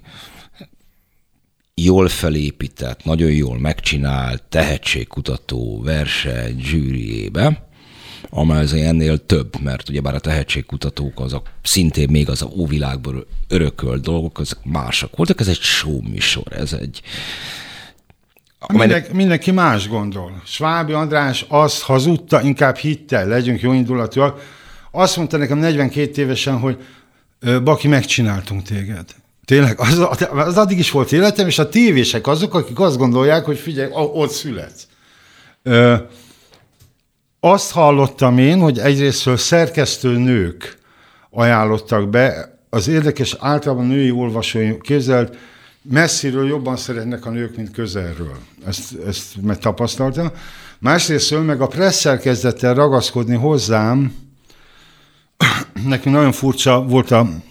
jól felépített, nagyon jól megcsinált tehetségkutató verseny zsűriébe, amely ennél több, mert ugyebár a tehetségkutatók azok szintén még az óvilágból örökölt dolgok, azok mások voltak, ez egy show műsor, ez egy... Mindenki más gondol. Svábi András azt hazudta, inkább hitte, legyünk jó indulatúak. Azt mondta nekem 42 évesen, hogy Baki, megcsináltunk téged. Tényleg, az addig is volt életem, és a tévések azok, akik azt gondolják, hogy figyelj, ott születsz. Azt hallottam én, hogy egyrésztről szerkesztő nők ajánlottak be, az érdekes, általában női olvasói, képzeld, messziről jobban szeretnek a nők, mint közelről. Ezt megtapasztaltam. Másrésztről meg a Presszel kezdett el ragaszkodni hozzám. Nekünk nagyon furcsa volt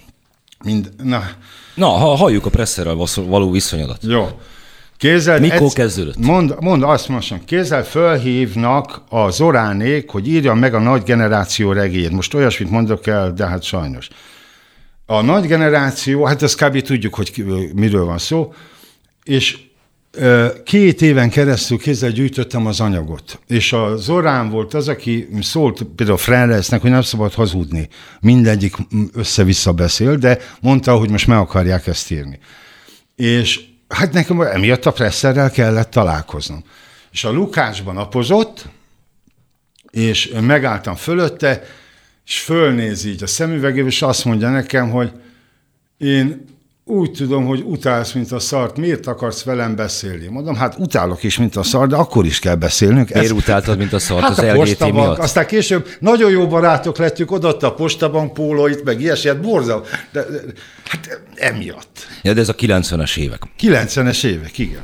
Na, halljuk a Presszerrel való viszonyodat. Jó. Kézzel, mikor kezdődött? Mondd azt most, kézzel fölhívnak a Zoránék, hogy írjam meg a Nagy Generáció regényét. Most olyasmit mondok el, de hát sajnos. A Nagy Generáció, hát ezt kb. Tudjuk, hogy miről van szó, és 2 éven keresztül kézzel gyűjtöttem az anyagot. És a Zorán volt az, aki szólt például Freresznek, hogy nem szabad hazudni. Mindegyik össze-vissza beszél, de mondta, hogy most meg akarják ezt írni. És hát nekem emiatt a Presszerrel kellett találkoznom. És a Lukácsban napozott, és megálltam fölötte, és fölnéz így a szemüvegébe, és azt mondja nekem, hogy én úgy tudom, hogy utálsz, mint a szart, miért akarsz velem beszélni? Mondom, hát utálok is, mint a szart, de akkor is kell beszélnünk. Miért utáltad, mint a szart, hát az a LGT miatt? Aztán később nagyon jó barátok lettük, odaadta a postabank pólóit, meg ilyesmilyet, borzal. De hát emiatt. Ja, de ez a 90-es évek. 90-es évek, igen.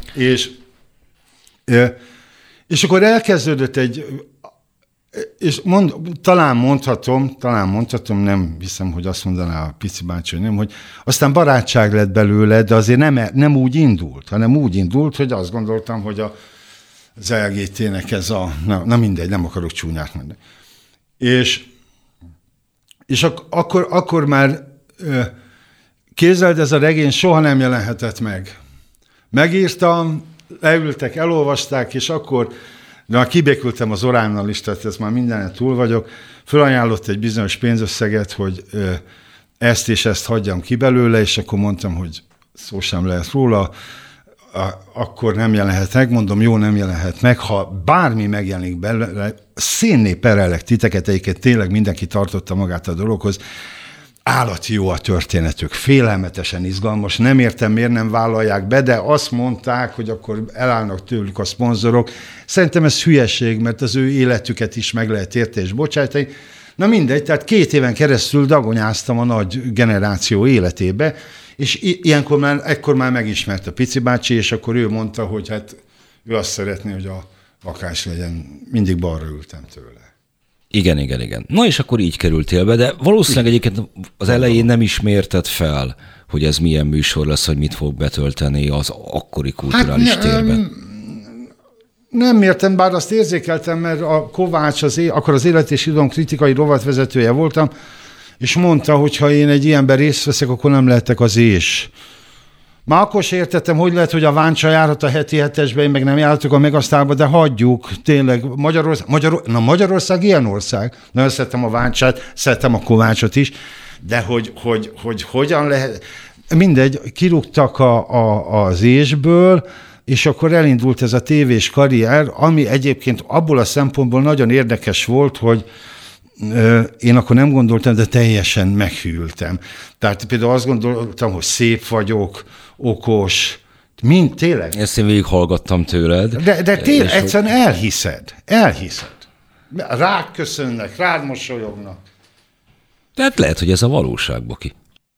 És akkor elkezdődött és talán mondhatom, nem hiszem, hogy azt mondaná a Pici bácsi, hogy nem, hogy aztán barátság lett belőle, de azért nem úgy indult, hanem úgy indult, hogy azt gondoltam, hogy az LGT-nek ez na mindegy, nem akarok csúnyát mondani. És akkor már képzeld, ez a regény soha nem jelenhetett meg. Megírtam, leültek, elolvasták, és akkor de már kibékültem az Oránnal is, tehát ez már mindenen túl vagyok, fölajánlott egy bizonyos pénzösszeget, hogy ezt és ezt hagyjam ki belőle, és akkor mondtam, hogy szó sem lehet róla, akkor nem jelenhet meg, mondom, jó, nem jelenhet meg, ha bármi megjelenik belőle, szénné perellek titeket, egyébként tényleg mindenki tartotta magát a dologhoz, állati jó a történetük, félelmetesen izgalmas, nem értem, miért nem vállalják be, de azt mondták, hogy akkor elállnak tőlük a szponzorok. Szerintem ez hülyeség, mert az ő életüket is meg lehet érteni és bocsájtani. Na mindegy, tehát 2 éven keresztül dagonyáztam a Nagy Generáció életébe, és ekkor már megismert a Pici bácsi, és akkor ő mondta, hogy hát ő azt szeretné, hogy a lakás legyen, mindig balra ültem tőle. Igen. Na és akkor így kerültél be, de valószínűleg egyébként az elején nem is mérted fel, hogy ez milyen műsor lesz, hogy mit fog betölteni az akkori kulturális térben. Nem mértem, bár azt érzékeltem, mert a Kovács akkor az Élet és Irodalom kritikai rovatvezetője voltam, és mondta, hogy ha én egy ilyenben részt veszek, akkor nem lehetek az Már akkor sem értettem, hogy lehet, hogy a Váncsa járhat a heti hetesbe, én meg nem járhatok a Megasztárba, de hagyjuk, tényleg Magyarország ilyen ország. Nagyon szeretem a Váncsát, szeretem a Kovácsot is, de hogy hogyan lehet... Mindegy, kirúgtak az ésből, és akkor elindult ez a tévés karrier, ami egyébként abból a szempontból nagyon érdekes volt, hogy én akkor nem gondoltam, de teljesen meghűltem. Tehát például azt gondoltam, hogy szép vagyok, okos, tényleg. Ezt én végighallgattam tőled. De tényleg egyszerűen elhiszed. Rád köszönnek, rád mosolyognak. Tehát lehet, hogy ez a valóság, Boki.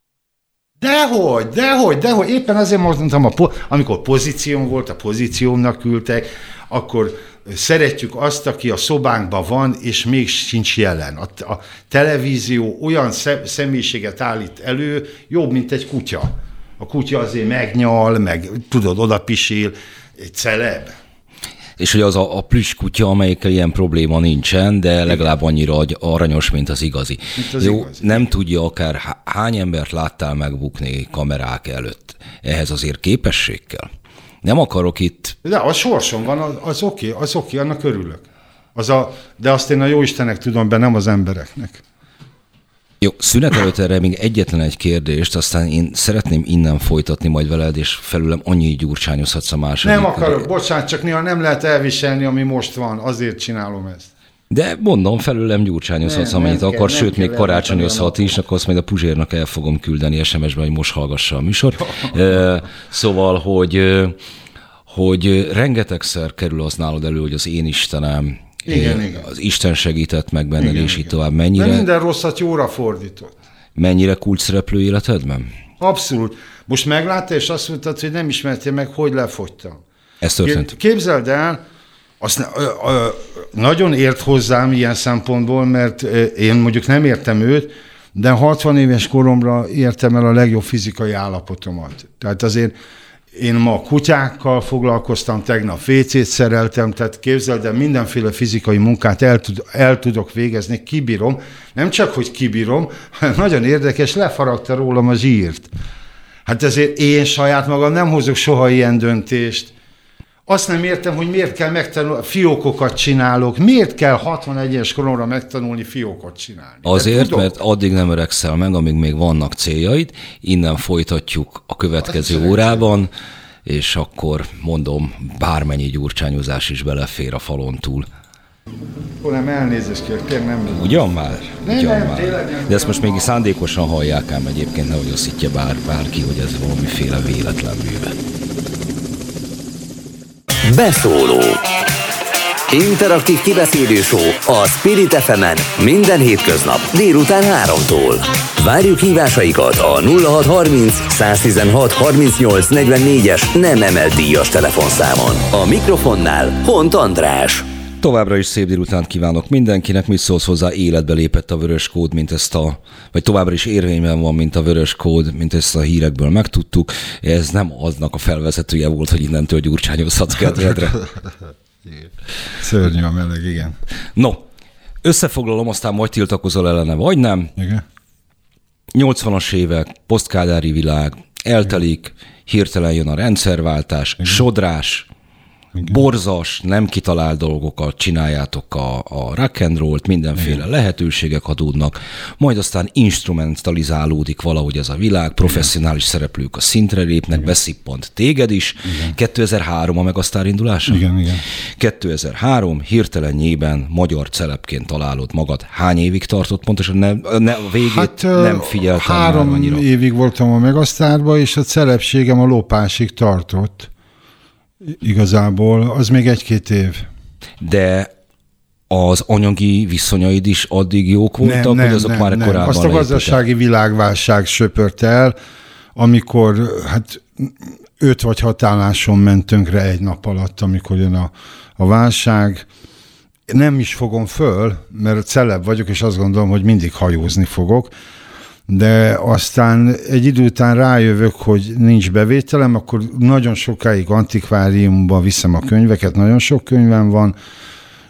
Dehogy. Éppen azért mondtam, amikor pozícióm volt, a pozíciómnak küldtek, akkor szeretjük azt, aki a szobánkban van, és még sincs jelen. A televízió olyan személyiséget állít elő, jobb, mint egy kutya. A kutya azért megnyal, meg tudod, odapisil, egy celeb. És hogy az a plüss kutya, amelyikkel ilyen probléma nincsen, de legalább annyira aranyos, mint az igazi. Igazi. Nem tudja akár hány embert láttál megbukni kamerák előtt. Ehhez azért képesség kell. Nem akarok itt... De a sorsom van, az oké, annak örülök. De azt én a jóistenek tudom be, nem az embereknek. Jó, szünet előtt erre még egyetlen egy kérdést, aztán én szeretném innen folytatni majd veled, és felülem annyi gyurcsányozhatsz a második. Nem akarok, bocsánat, csak néha nem lehet elviselni, ami most van, azért csinálom ezt. De mondom, felülem gyurcsányozhatsz, amennyit akar, sőt, még karácsonyozhat is, akkor azt majd a Puzsérnak el fogom küldeni SMS-ben, hogy most hallgassa a műsort. Szóval, hogy rengetegszer kerül az nálad elő, hogy az én Istenem, igen. Az Isten segített meg benned, és így tovább. Mennyire... De minden rosszat jóra fordított. Mennyire kulcsszereplő életedben? Abszolút. Most meglátta, és azt mondtad, hogy nem ismertél meg, hogy lefogytam. Ez történt. Képzeld el, nagyon ért hozzám ilyen szempontból, mert én mondjuk nem értem őt, de 60 éves koromra értem el a legjobb fizikai állapotomat. Tehát azért én ma kutyákkal foglalkoztam, tegnap WC-t szereltem, tehát képzeld el, mindenféle fizikai munkát el tudok végezni, kibírom. Nem csak, hogy kibírom, hanem nagyon érdekes, lefaragta rólam a zsírt. Hát ezért én saját magam nem hozok soha ilyen döntést. Azt nem értem, hogy miért kell megtanulni, fiókokat csinálok, miért kell 61-es koromra megtanulni fiókot csinálni. Azért, mert addig nem öregszel meg, amíg még vannak céljaid, innen folytatjuk a következő órában, és akkor mondom, bármennyi gyurcsányozás is belefér a falon túl. Nem, elnézést kérek, nem. Ugyan már? Nem. De ezt most még szándékosan hallják ám egyébként, nehogy azt higgye bárki, hogy ez valamiféle véletlen műve. Beszóló. Interaktív kibeszélő show a Spirit FM-en minden hétköznap délután 3-tól. Várjuk hívásaikat a 0630 116 38 44-es nem emelt díjas telefonszámon. A mikrofonnál Hont András. Továbbra is szép délutánt kívánok mindenkinek, mit szólsz hozzá, életbe lépett a vörös kód, vagy továbbra is érvényben van, mint a vörös kód, mint ezt a hírekből megtudtuk. Ez nem aznak a felvezetője volt, hogy innentől gyurcsányozhatsz kedvedre. Szörnyű a meleg, igen. No, összefoglalom, aztán majd tiltakozol ellene, vagy nem? Igen. 80-as évek, posztkádári világ, eltelik, hirtelen jön a rendszerváltás, igen. Sodrás, igen. Borzas, nem kitalált dolgokat csináljátok a rock and rollt, mindenféle igen. lehetőségek adódnak, majd aztán instrumentalizálódik valahogy ez a világ, professzionális szereplők a szintre lépnek, beszippant téged is. Igen. 2003 a Megasztár indulása? Igen. 2003 hirtelenjében magyar celebként találod magad. Hány évig tartott pontosan? A végét nem figyeltem 3 annyira. évig voltam a Megasztárban, és a celebségem a lopásig tartott. Igazából az még 1-2 év. De az anyagi viszonyaid is addig jók voltak, vagy azok már korábban Azt a gazdasági világválság söpört el, amikor 5 vagy 6 álláson ment tönkre egy nap alatt, amikor jön a válság. Nem is fogom föl, mert celeb vagyok, és azt gondolom, hogy mindig hajózni fogok, de aztán egy idő után rájövök, hogy nincs bevételem, akkor nagyon sokáig antikváriumban viszem a könyveket, nagyon sok könyvem van,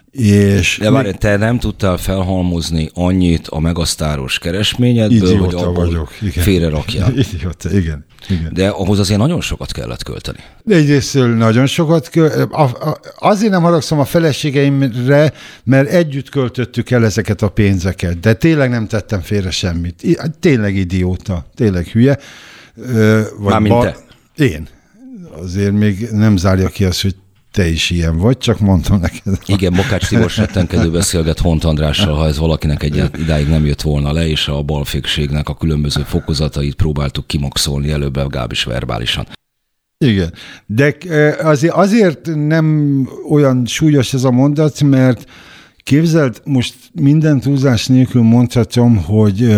De várj, te nem tudtál felhalmozni annyit a megasztáros keresményedből, hogy abból félre rakjál. Idióta, igen. De ahhoz azért nagyon sokat kellett költeni. De egyrésztről nagyon sokat azért nem haragszom a feleségeimre, mert együtt költöttük el ezeket a pénzeket, de tényleg nem tettem félre semmit. Tényleg idióta, tényleg hülye. Mármint te? Én. Azért még nem zárja ki azt, hogy te is ilyen vagy, csak mondtam neked. Igen, Mokács Tibor rettenkedő beszélget Hont Andrással, ha ez valakinek idáig nem jött volna le, és a balfékségnek a különböző fokozatait próbáltuk kimaxolni előbb, legalábbis verbálisan. Igen, de azért nem olyan súlyos ez a mondat, mert képzeld, most minden túlzás nélkül mondhatom, hogy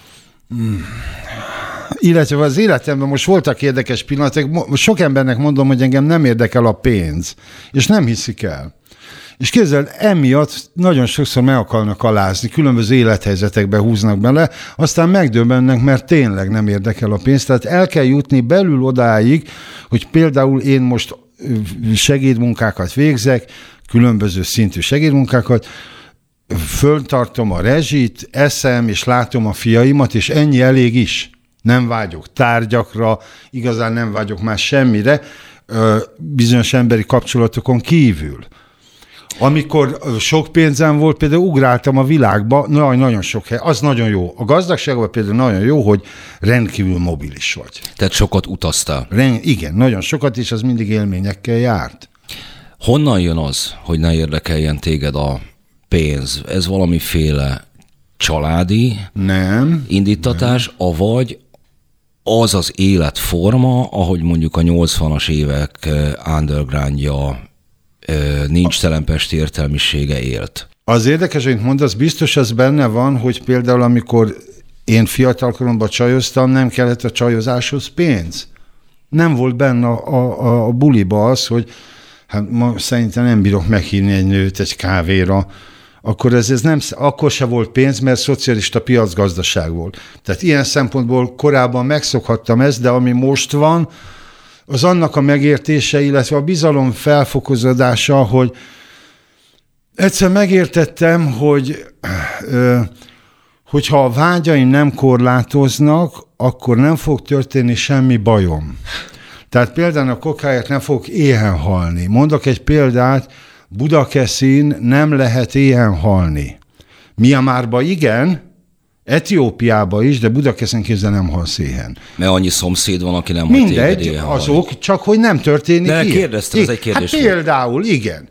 illetve az életemben most voltak érdekes pillanatok, sok embernek mondom, hogy engem nem érdekel a pénz, és nem hiszik el. És képzeld, emiatt nagyon sokszor meg akarnak alázni, különböző élethelyzetekbe húznak bele, aztán megdöbbennek, mert tényleg nem érdekel a pénz. Tehát el kell jutni belül odáig, hogy például én most segédmunkákat végzek, különböző szintű segédmunkákat, föltartom a rezsit, eszem, és látom a fiaimat, és ennyi elég is. Nem vágyok tárgyakra, igazán nem vágyok már semmire, bizonyos emberi kapcsolatokon kívül. Amikor sok pénzem volt, például ugráltam a világba, nagyon sok hely, az nagyon jó. A gazdagságban például nagyon jó, hogy rendkívül mobilis vagy. Tehát sokat utaztál. Igen, nagyon sokat, és az mindig élményekkel járt. Honnan jön az, hogy ne érdekeljen téged a pénz? Ez valamiféle családi indítatás, avagy az az életforma, ahogy mondjuk a 80-as évek undergroundja nincs telenpesti értelmisége élt. Az érdekes, amit mondasz, biztos az benne van, hogy például amikor én fiatalkoromban csajoztam, nem kellett a csajozáshoz pénz. Nem volt benne a buliba az, hogy hát ma szerintem nem bírok meghívni egy nőt egy kávéra, akkor ez nem, akkor se volt pénz, mert szocialista piacgazdaság volt. Tehát ilyen szempontból korábban megszokhattam ezt, de ami most van, az annak a megértése, illetve a bizalom felfokozódása, hogy egyszer megértettem, hogyha a vágyaim nem korlátoznak, akkor nem fog történni semmi bajom. Tehát például a kokáért nem fogok éhen halni. Mondok egy példát, Budakeszin nem lehet éhen halni. Miamárba igen, Etiópiába is, de Budakeszin kézzel nem halsz éhen. Mert annyi szomszéd van, aki nem hal téged éhen halni. Azok, csak hogy nem történik de ilyen. Kérdeztem, ez egy kérdés. Hát például, igen.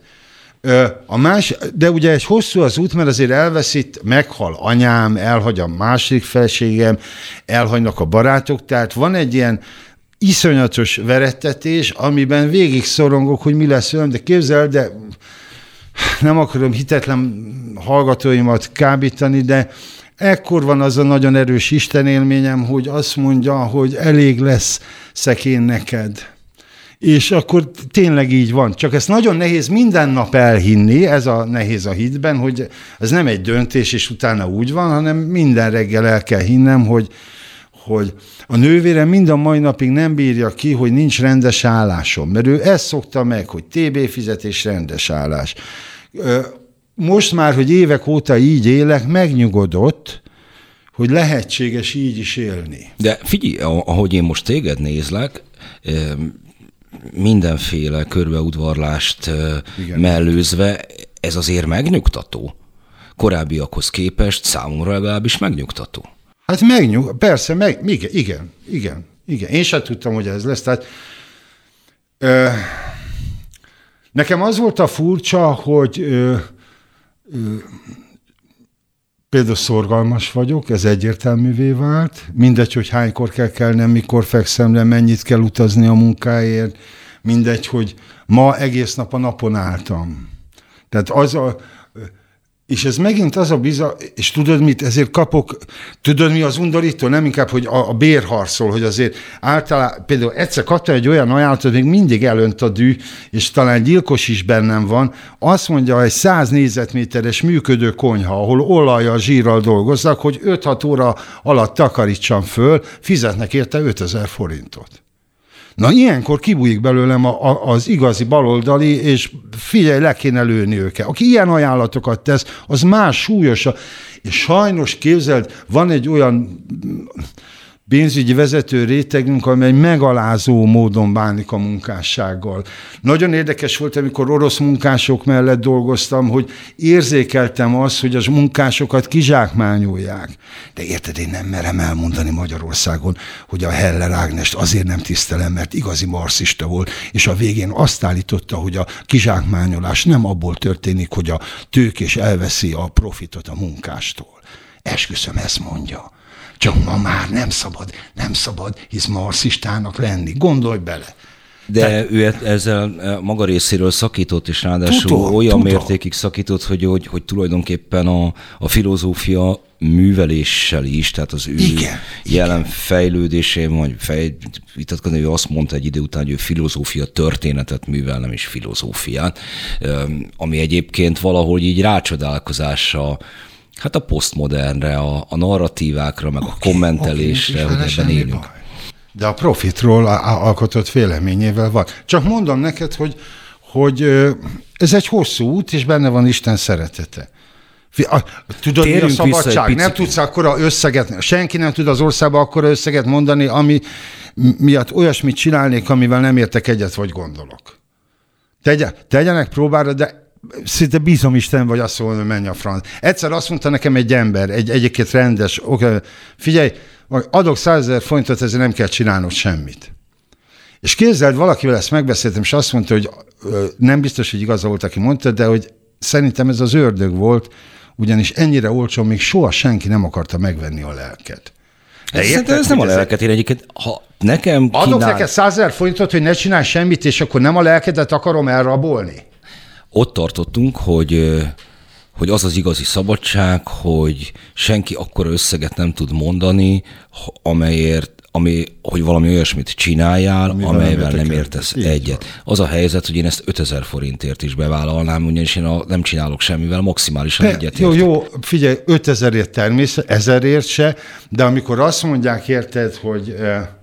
De ugye egy hosszú az út, mert azért elveszít, meghal anyám, elhagy a másik felségem, elhagynak a barátok, tehát van egy ilyen iszonyatos verettetés, amiben végig szorongok, hogy mi lesz velem, de képzeld, de nem akarom hitetlen hallgatóimat kábítani, de ekkor van az a nagyon erős istenélményem, hogy azt mondja, hogy elég lesz szekén neked. És akkor tényleg így van. Csak ezt nagyon nehéz minden nap elhinni, ez a nehéz a hitben, hogy ez nem egy döntés, és utána úgy van, hanem minden reggel el kell hinnem, hogy a nővérem mind a mai napig nem bírja ki, hogy nincs rendes állásom, mert ő ezt szokta meg, hogy TB fizetés, rendes állás. Most már, hogy évek óta így élek, megnyugodott, hogy lehetséges így is élni. De figyelj, ahogy én most téged nézlek, mindenféle körbeudvarlást mellőzve, ez azért megnyugtató. Korábbiakhoz képest számomra legalábbis megnyugtató. Hát persze, igen. Én sem tudtam, hogy ez lesz. Tehát, nekem az volt a furcsa, hogy például szorgalmas vagyok, ez egyértelművé vált. Mindegy, hogy hánykor kell kelnem, mikor fekszem le, mennyit kell utazni a munkáért. Mindegy, hogy ma egész nap a napon álltam. Tehát és ez megint az a és tudod mit, ezért tudod mi az undorító? Nem inkább, hogy a bérharcol, hogy azért általában, például egyszer kaptam egy olyan ajánlatot, még mindig elönt a dű, és talán gyilkos is bennem van, azt mondja, egy 100 négyzetméteres működő konyha, ahol olajjal, zsírral dolgoznak, hogy 5-6 óra alatt takarítsam föl, fizetnek érte 5000 forintot. Na ilyenkor kibújik belőlem az igazi baloldali, és figyelj, le kéne lőni őket. Aki ilyen ajánlatokat tesz, az más súlyosabb. És sajnos képzeld, van egy olyan pénzügyi vezető rétegünk, amely megalázó módon bánik a munkássággal. Nagyon érdekes volt, amikor orosz munkások mellett dolgoztam, hogy érzékeltem azt, hogy a munkásokat kizsákmányolják. De érted, én nem merem elmondani Magyarországon, hogy a Heller Ágnest azért nem tisztelem, mert igazi marxista volt, és a végén azt állította, hogy a kizsákmányolás nem abból történik, hogy a tőkés elveszi a profitot a munkástól. Esküszöm, ezt mondja. Csak ma már nem szabad hisz marxistának lenni. Gondolj bele. De ő ezzel maga részéről szakított, és ráadásul olyan mértékig szakított, hogy tulajdonképpen a filozófia műveléssel is, tehát az ő jelen fejlődésén, vagy vitatkozni, ő azt mondta egy idő után, hogy ő filozófia történetet művel, nem is filozófiát, ami egyébként valahogy így rácsodálkozása, hát a posztmodernre, a narratívákra, meg a kommentelésre, hogy ebben élünk. De a profitról alkotott véleményével van. Csak mondom neked, hogy ez egy hosszú út, és benne van Isten szeretete. Tudod, mi a szabadság? Nem tudsz akkora összeget, senki nem tud az országban akkora összeget mondani, ami miatt olyasmit csinálnék, amivel nem értek egyet, vagy gondolok. Tegyenek próbára, de szinte bízom Isten, vagy azt mondom, hogy menj a franc. Egyszer azt mondta nekem egy ember, egyébként rendes, figyelj, adok 100 000 forintot, ezért nem kell csinálnod semmit. És képzeld, valakivel ezt megbeszéltem, és azt mondta, hogy nem biztos, hogy igaza volt, aki mondta, de hogy szerintem ez az ördög volt, ugyanis ennyire olcsón még soha senki nem akarta megvenni a lelket. Szerintem ez nem a lelket, én egyébként, ha nekem adok neked 100 000 forintot, hogy ne csinálj semmit, és akkor nem a lelkedet akarom elrabolni? Ott tartottunk, hogy az az igazi szabadság, hogy senki akkora összeget nem tud mondani, hogy valami olyasmit csináljál, amelyvel nem értesz egyet. Az a helyzet, hogy én ezt 5000 forintért is bevállalnám, ugyanis én nem csinálok semmivel, maximálisan egyet. Jó, figyelj, 5000-ért természetesen, 1000-ért se, de amikor azt mondják, érted, hogy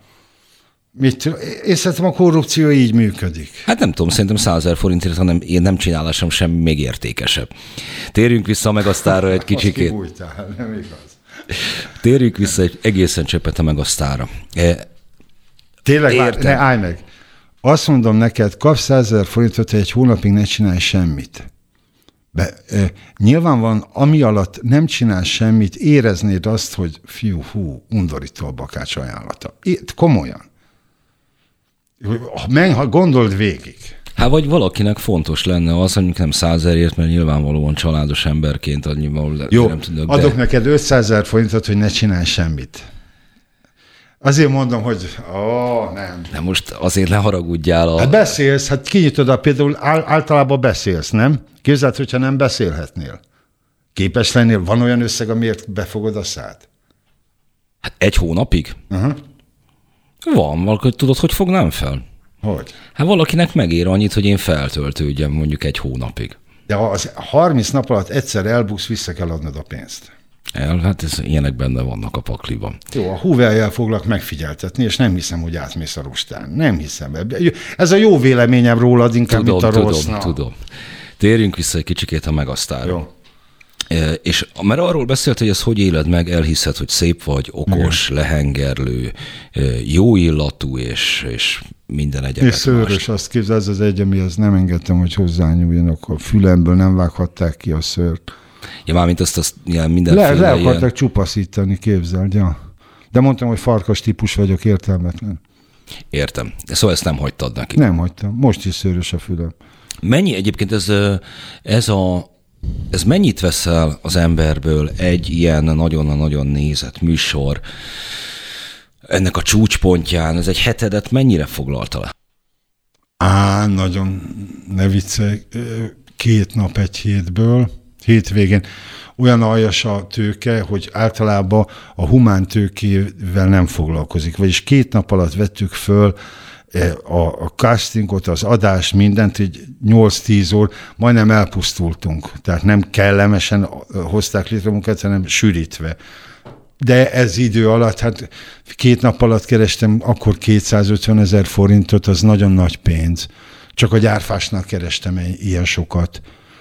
én szerintem a korrupció így működik. Hát nem tudom, szerintem 100 000 forintért, hanem én nem csinálásam semmi még értékesebb. Térjünk vissza meg aztára egy kicsikét. Azt kibújtál, nem igaz. Térjünk vissza egy egészen csöppet a megasztára. Tényleg, ne állj meg. Azt mondom neked, kapsz 100 000 forintot, hogy egy hónapig ne csinálj semmit. Nyilván van, ami alatt nem csinálsz semmit, éreznéd azt, hogy undorító a bakács ajánlata. Komolyan. Ha gondold végig. Hát vagy valakinek fontos lenne az, hogy nem 100 000-ért, mert nyilvánvalóan családos emberként annyival nem tudok. Adok neked 500 000 forintot, hogy ne csinálj semmit. Azért mondom, hogy nem. De most azért ne haragudjál. Hát beszélsz, hát kinyitod, például általában beszélsz, nem? Képzeld, hogyha nem beszélhetnél. Képes lennél, van olyan összeg, amiért befogod a szád? Hát egy hónapig? Van, valaki tudod, hogy fognám fel? Hogy? Hát valakinek megér annyit, hogy én feltöltődjem mondjuk egy hónapig. De ha az 30 nap alatt egyszer elbuksz, vissza kell adnod a pénzt. Hát ilyenek benne vannak a pakliban. Jó, a Hooverjel foglak megfigyeltetni, és nem hiszem, hogy átmész a rostán. Nem hiszem. Ez a jó véleményem rólad inkább, mint a rossz. Tudom. Térjünk vissza egy kicsikét a megasztára. Jó. És mert arról beszélt, hogy ezt hogy éled meg, elhiszed, hogy szép vagy, okos, lehengerlő, jó illatú, és minden egyebet. És szőrös, azt képzel, ez az egy, amihez nem engedtem, hogy hozzányúljanak. A fülemből nem vághatták ki a szőrt. Ja, mármint azt mindenféle le akartak csupaszítani, képzeld, ja. De mondtam, hogy farkas típus vagyok, értelmetlen. Értem. Szóval ezt nem hagytad neki. Nem hagytam. Most is szőrös a fülem. Mennyi egyébként ez mennyit vesz el az emberből egy ilyen nagyon-nagyon nézett műsor, ennek a csúcspontján, ez egy hetedet mennyire foglalta le? Nagyon ne viccelj, 2 nap egy hétből, hétvégén olyan aljas a tőke, hogy általában a humán tőkével nem foglalkozik. Vagyis 2 nap alatt vettük föl a castingot, az adást, mindent, így 8-10 óra, majdnem elpusztultunk. Tehát nem kellemesen hozták létre munkat, hanem sűrítve. de ez idő alatt, hát 2 nap alatt kerestem akkor 250 000 forintot, az nagyon nagy pénz. Csak a gyárfásnál kerestem ilyen sokat.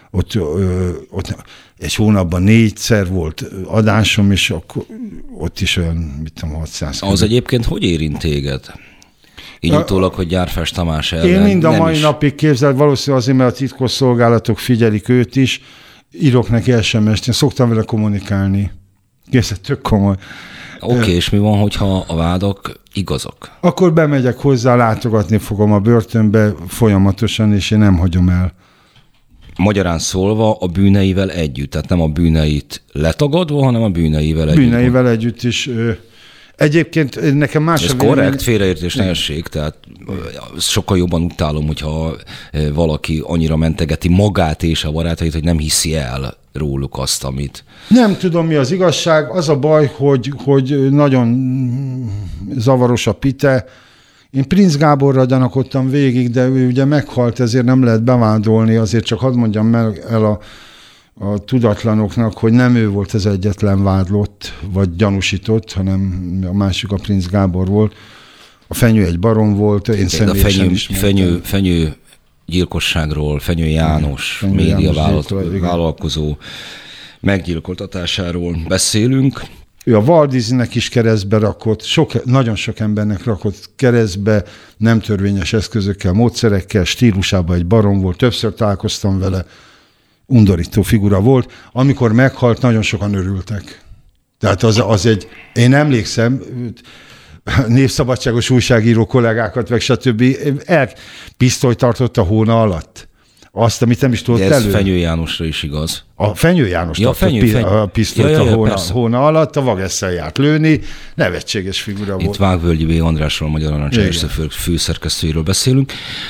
Ott egy hónapban 4-szer volt adásom, és akkor ott is olyan, mit tudom, 600. Az egyébként hogy érint téged? Így utólag, hogy Gyárfás Tamás ellen. Én mind a mai napig képzeld, valószínűleg azért, mert a titkos szolgálatok figyelik őt is, írok neki SMS-t, én szoktam vele kommunikálni. Képzeld, tök komoly. Oké, és mi van, hogyha a vádak igazak? Akkor bemegyek hozzá, látogatni fogom a börtönbe folyamatosan, és én nem hagyom el. Magyarán szólva a bűneivel együtt, tehát nem a bűneit letagadva, hanem a bűneivel együtt. Bűneivel együtt is. Egyébként nekem más ez korrekt, félreértés ne essék, tehát sokkal jobban utálom, hogyha valaki annyira mentegeti magát és a barátait, hogy nem hiszi el róluk azt, amit... Nem tudom, mi az igazság. Az a baj, hogy nagyon zavaros a pite. Én Prinz Gáborra gyanakodtam végig, de ő ugye meghalt, ezért nem lehet bevádolni, azért csak hadd mondjam el a tudatlanoknak, hogy nem ő volt az egyetlen vádlott, vagy gyanúsított, hanem a másik a Prinz Gábor volt. A Fenyő egy barom volt, én személyesen is Fenyő gyilkosságról, Fenyő János médiavállalkozó meggyilkoltatásáról beszélünk. Ő a Walt Disneynek is keresztbe rakott, nagyon sok embernek rakott keresztbe, nem törvényes eszközökkel, módszerekkel, stílusában egy barom volt, többször találkoztam vele, undorító figura volt. Amikor meghalt, nagyon sokan örültek. Tehát az egy, én emlékszem, népszabadságos újságíró kollégákat, meg stb. Pisztolyt tartott a hóna alatt. Azt, amit nem is tudott elő. De ez Fenyő Jánosra is igaz. A Fenyő János a pisztolyt a hóna alatt, a Vagesszel járt lőni, nevetséges figura volt. Itt Vágvölgyi B. Andrásról, a Magyar Narancs főszerkesztőjéről beszélünk.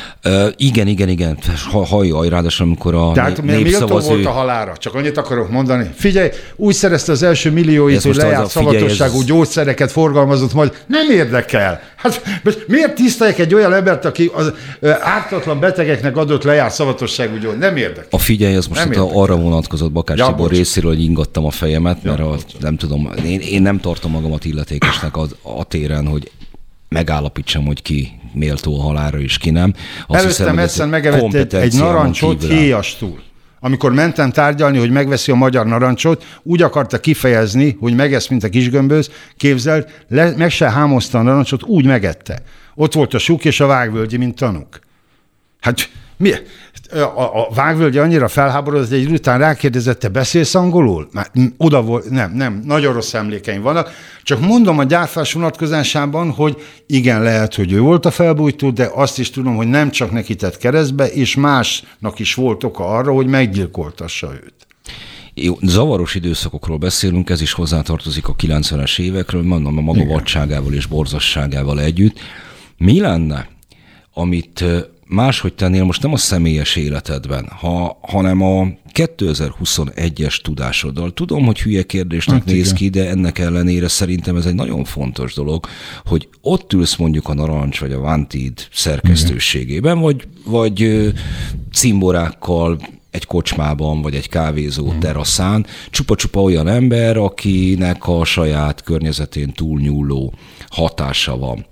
Igen. Hajjaj, ráadásul amikor a tehát méltó volt a halára, csak annyit akarok mondani. Figyelj, úgy szerezte az első millióit, hogy lejárt szavatosságú gyógyszereket forgalmazott, majd nem érdekel. Hát miért tiszteljek egy olyan embert, aki az ártatlan betegeknek adott lejárt szavatosságú gyógyszert? Nem érdekel. A figyelj, az most arra vonatkozott Bakács Tibor részéről, hogy ingattam a fejemet, mert nem tudom, én nem tartom magamat illetékesnek a téren, hogy megállapítsam, hogy ki méltó a halálra és ki nem. Előttem egyszer megevett egy narancsot héjastul. Amikor mentem tárgyalni, hogy megveszi a magyar narancsot, úgy akarta kifejezni, hogy megesz, mint a kisgömböz, képzeld, meg se hámozta a narancsot, úgy megette. Ott volt a Suk és a Vágvölgyi, mint tanúk. Hát mi? A Vágvölgyi annyira felháborodott, hogy egy után rákérdezett, te beszélsz angolul? Már oda volt, nem, nagyon rossz emlékeim vannak. Csak mondom a gyárfás vonatkozásában, hogy igen, lehet, hogy ő volt a felbújtó, de azt is tudom, hogy nem csak neki tett keresztbe, és másnak is volt oka arra, hogy meggyilkoltassa őt. Jó, zavaros időszakokról beszélünk, ez is hozzátartozik a 90-es évekről, mondom a maga vadságával és borzasságával együtt. Mi lenne, amit máshogy tennél most nem a személyes életedben, hanem a 2021-es tudásoddal. Tudom, hogy hülye kérdésnek néz ki, de ennek ellenére szerintem ez egy nagyon fontos dolog, hogy ott ülsz mondjuk a Narancs vagy a Vántid szerkesztőségében, vagy cimborákkal egy kocsmában, vagy egy kávézó teraszán, csupa-csupa olyan ember, akinek a saját környezetén túlnyúló hatása van.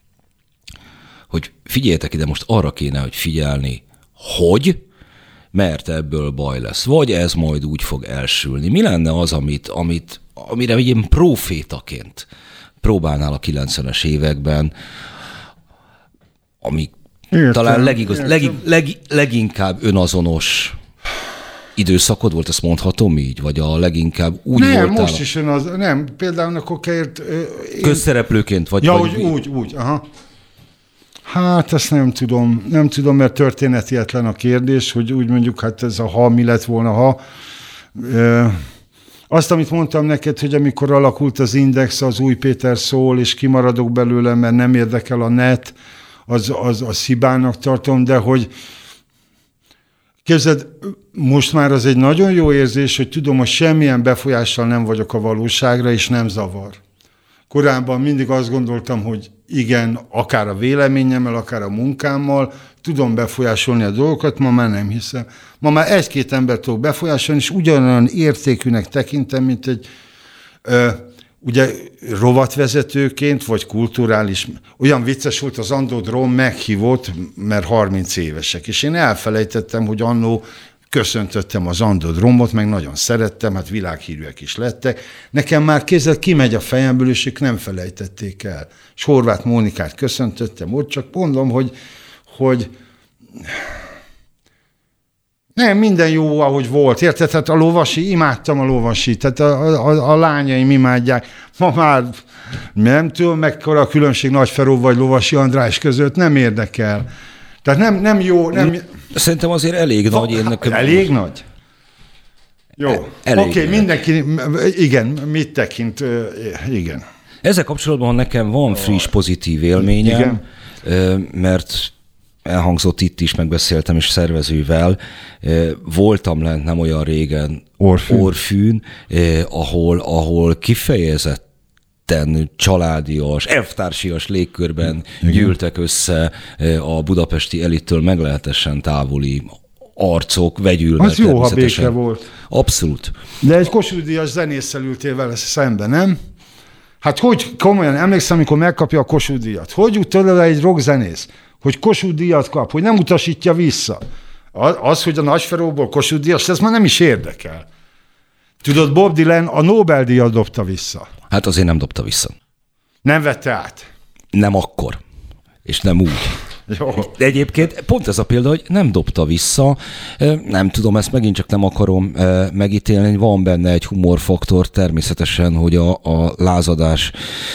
Hogy figyeljetek ide, most arra kéne, hogy figyelni, mert ebből baj lesz. Vagy ez majd úgy fog elsülni. Mi lenne az, amire ilyen profétaként próbálnál a 90-es években, ami talán leginkább önazonos időszakod volt, ezt mondhatom így? Vagy a leginkább úgy nem, voltál? Nem, most is nem, például a kokáért... Közszereplőként? Vagy, ja, úgy, aha. Hát ezt nem tudom, mert történetietlen a kérdés, hogy úgy mondjuk, hát ez mi lett volna, ha. Azt, amit mondtam neked, hogy amikor alakult az Index, az Új Péter szól, és kimaradok belőle, mert nem érdekel a net, az hibának tartom, de hogy képzeld, most már az egy nagyon jó érzés, hogy tudom, hogy semmilyen befolyással nem vagyok a valóságra, és nem zavar. Korábban mindig azt gondoltam, hogy igen, akár a véleményemmel, akár a munkámmal tudom befolyásolni a dolgokat, ma már nem hiszem. Ma már egy-két embert tudok befolyásolni, és ugyanolyan értékűnek tekintem, mint egy ugye rovatvezetőként, vagy kulturális, olyan vicces volt, az Andodrom meghívott, mert 30 évesek, és én elfelejtettem, hogy annó köszöntöttem az Andodromot, meg nagyon szerettem, hát világhírűek is lettek. Nekem már kézzel kimegy a fejemből, és ők nem felejtették el. És Horváth Mónikát köszöntöttem ott, csak mondom, hogy nem, minden jó, ahogy volt. Érted? Hát a lovasi, imádtam a lovasi, tehát a lányaim imádják. Ma már nem tudom, mekkora a különbség Nagyferó vagy Lovasi András között, nem érdekel. Tehát nem jó. Szerintem azért elég nagy. Elég nagy? Jó. Oké, mindenki, igen, mit tekint, igen. Ezzel kapcsolatban nekem van friss pozitív élményem, mert elhangzott itt is, megbeszéltem is szervezővel, voltam lent nem olyan régen Orfűn, ahol kifejezetten családias, elvtársias légkörben gyűltek össze a budapesti elittől meglehetősen távoli arcok, vegyülve. Az jó, ha béke volt. Abszolút. De egy Kossuth Díjas zenésszel ültél vele szemben, nem? Hát hogy komolyan emlékszem, amikor megkapja a Kossuth Díjat. Hogy jut tőle egy rockzenész, hogy Kossuth Díjat kap, hogy nem utasítja vissza? Az, hogy a Nagyferóból Kossuth Díjas, ez már nem is érdekel. Tudod, Bob Dylan a Nobel-díjat dobta vissza. Hát azért nem dobta vissza. Nem vette át? Nem akkor. És nem úgy. Jó. De egyébként pont ez a példa, hogy nem dobta vissza, nem tudom, ezt megint csak nem akarom megítélni, van benne egy humorfaktor természetesen, hogy a lázadás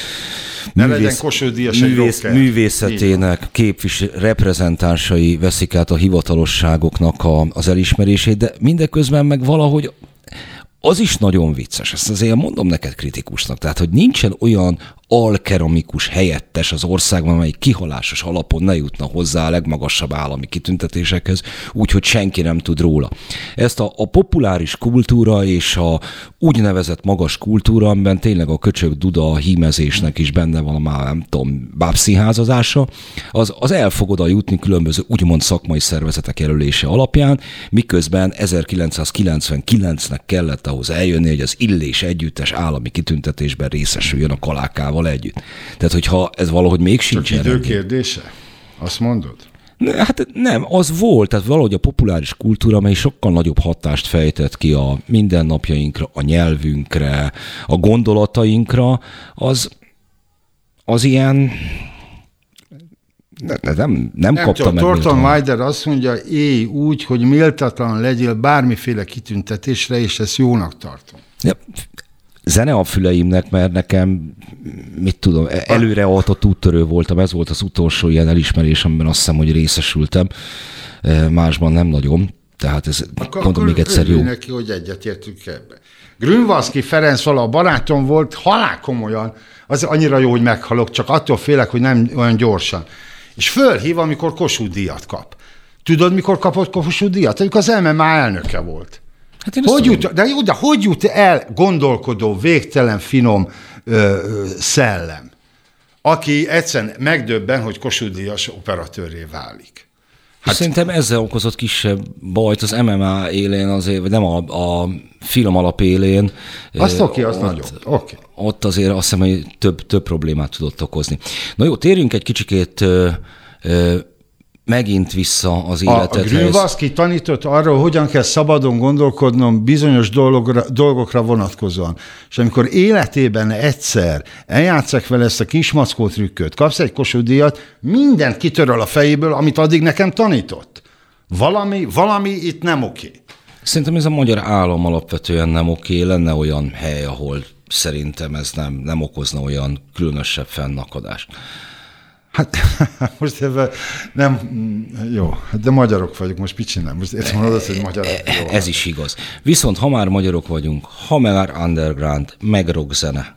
művészetének reprezentánsai veszik át a hivatalosságoknak az elismerését, de mindeközben meg valahogy az is nagyon vicces, ezt azért mondom neked kritikusnak, tehát hogy nincsen olyan alkeramikus helyettes az országban, amely kihalásos alapon ne jutna hozzá a legmagasabb állami kitüntetésekhez, úgyhogy senki nem tud róla. Ezt a populáris kultúra és a úgynevezett magas kultúra, amiben tényleg a köcsög duda hímezésnek is benne van a már nem tudom, bábszínházazása, az el fog oda jutni különböző úgymond szakmai szervezetek jelölése alapján, miközben 1999-nek kellett ahhoz eljönni, hogy az Illés együttes állami kitüntetésben részesüljön a Kalákával együtt. Tehát, hogyha ez valahogy még sincs. Csak idő kérdése? Azt mondod? Hát nem, az volt, tehát valahogy a populáris kultúra, amely sokkal nagyobb hatást fejtett ki a mindennapjainkra, a nyelvünkre, a gondolatainkra, az ilyen nem kapta meg. Thornton Wilder azt mondja, élj úgy, hogy méltatlan legyél bármiféle kitüntetésre, és ezt jónak tartom. Ja, zene a füleimnek, mert nekem, mit tudom, előreadott úttörő voltam, ez volt az utolsó ilyen elismerés, amiben azt hiszem, hogy részesültem, másban nem nagyon, tehát ez, mondom, még egyszer jó. Neki, hogy egyetértünk ebbe. Grünwaldzki Ferenc vala a barátom volt, halálkomolyan, az annyira jó, hogy meghalok, csak attól félek, hogy nem olyan gyorsan. És fölhív, amikor Kossuth díjat kap. Tudod, mikor kapott Kossuth díjat? Amikor az MMA elnöke volt. Hát hogy jut el gondolkodó, végtelen, finom szellem, aki egyszerűen megdöbben, hogy Kossuth díjas operatőrré válik? Hát szerintem ezzel okozott kisebb bajt az MMA élén azért, vagy nem a film alap élén. Azt az nagyon. Okay. Ott azért azt hiszem, hogy több problémát tudott okozni. Na jó, térjünk egy kicsikét megint vissza az életedhez. A Grünwaldzki tanított arra, hogyan kell szabadon gondolkodnom bizonyos dolgokra vonatkozóan. És amikor életében egyszer eljátszak vele ezt a kismackó trükköt, kapsz egy Kossuth díjat, mindent kitöröl a fejéből, amit addig nekem tanított. Valami itt nem oké. Szerintem ez a magyar állam alapvetően nem oké. Lenne olyan hely, ahol szerintem ez nem okozna olyan különösebb fennakadást. Hát most ebben nem, jó, de magyarok vagyunk, most mit csinálom? Most ezt mondod, hogy magyarok. Jó, ez is igaz. Viszont ha már magyarok vagyunk, ha már underground, meg rockzene.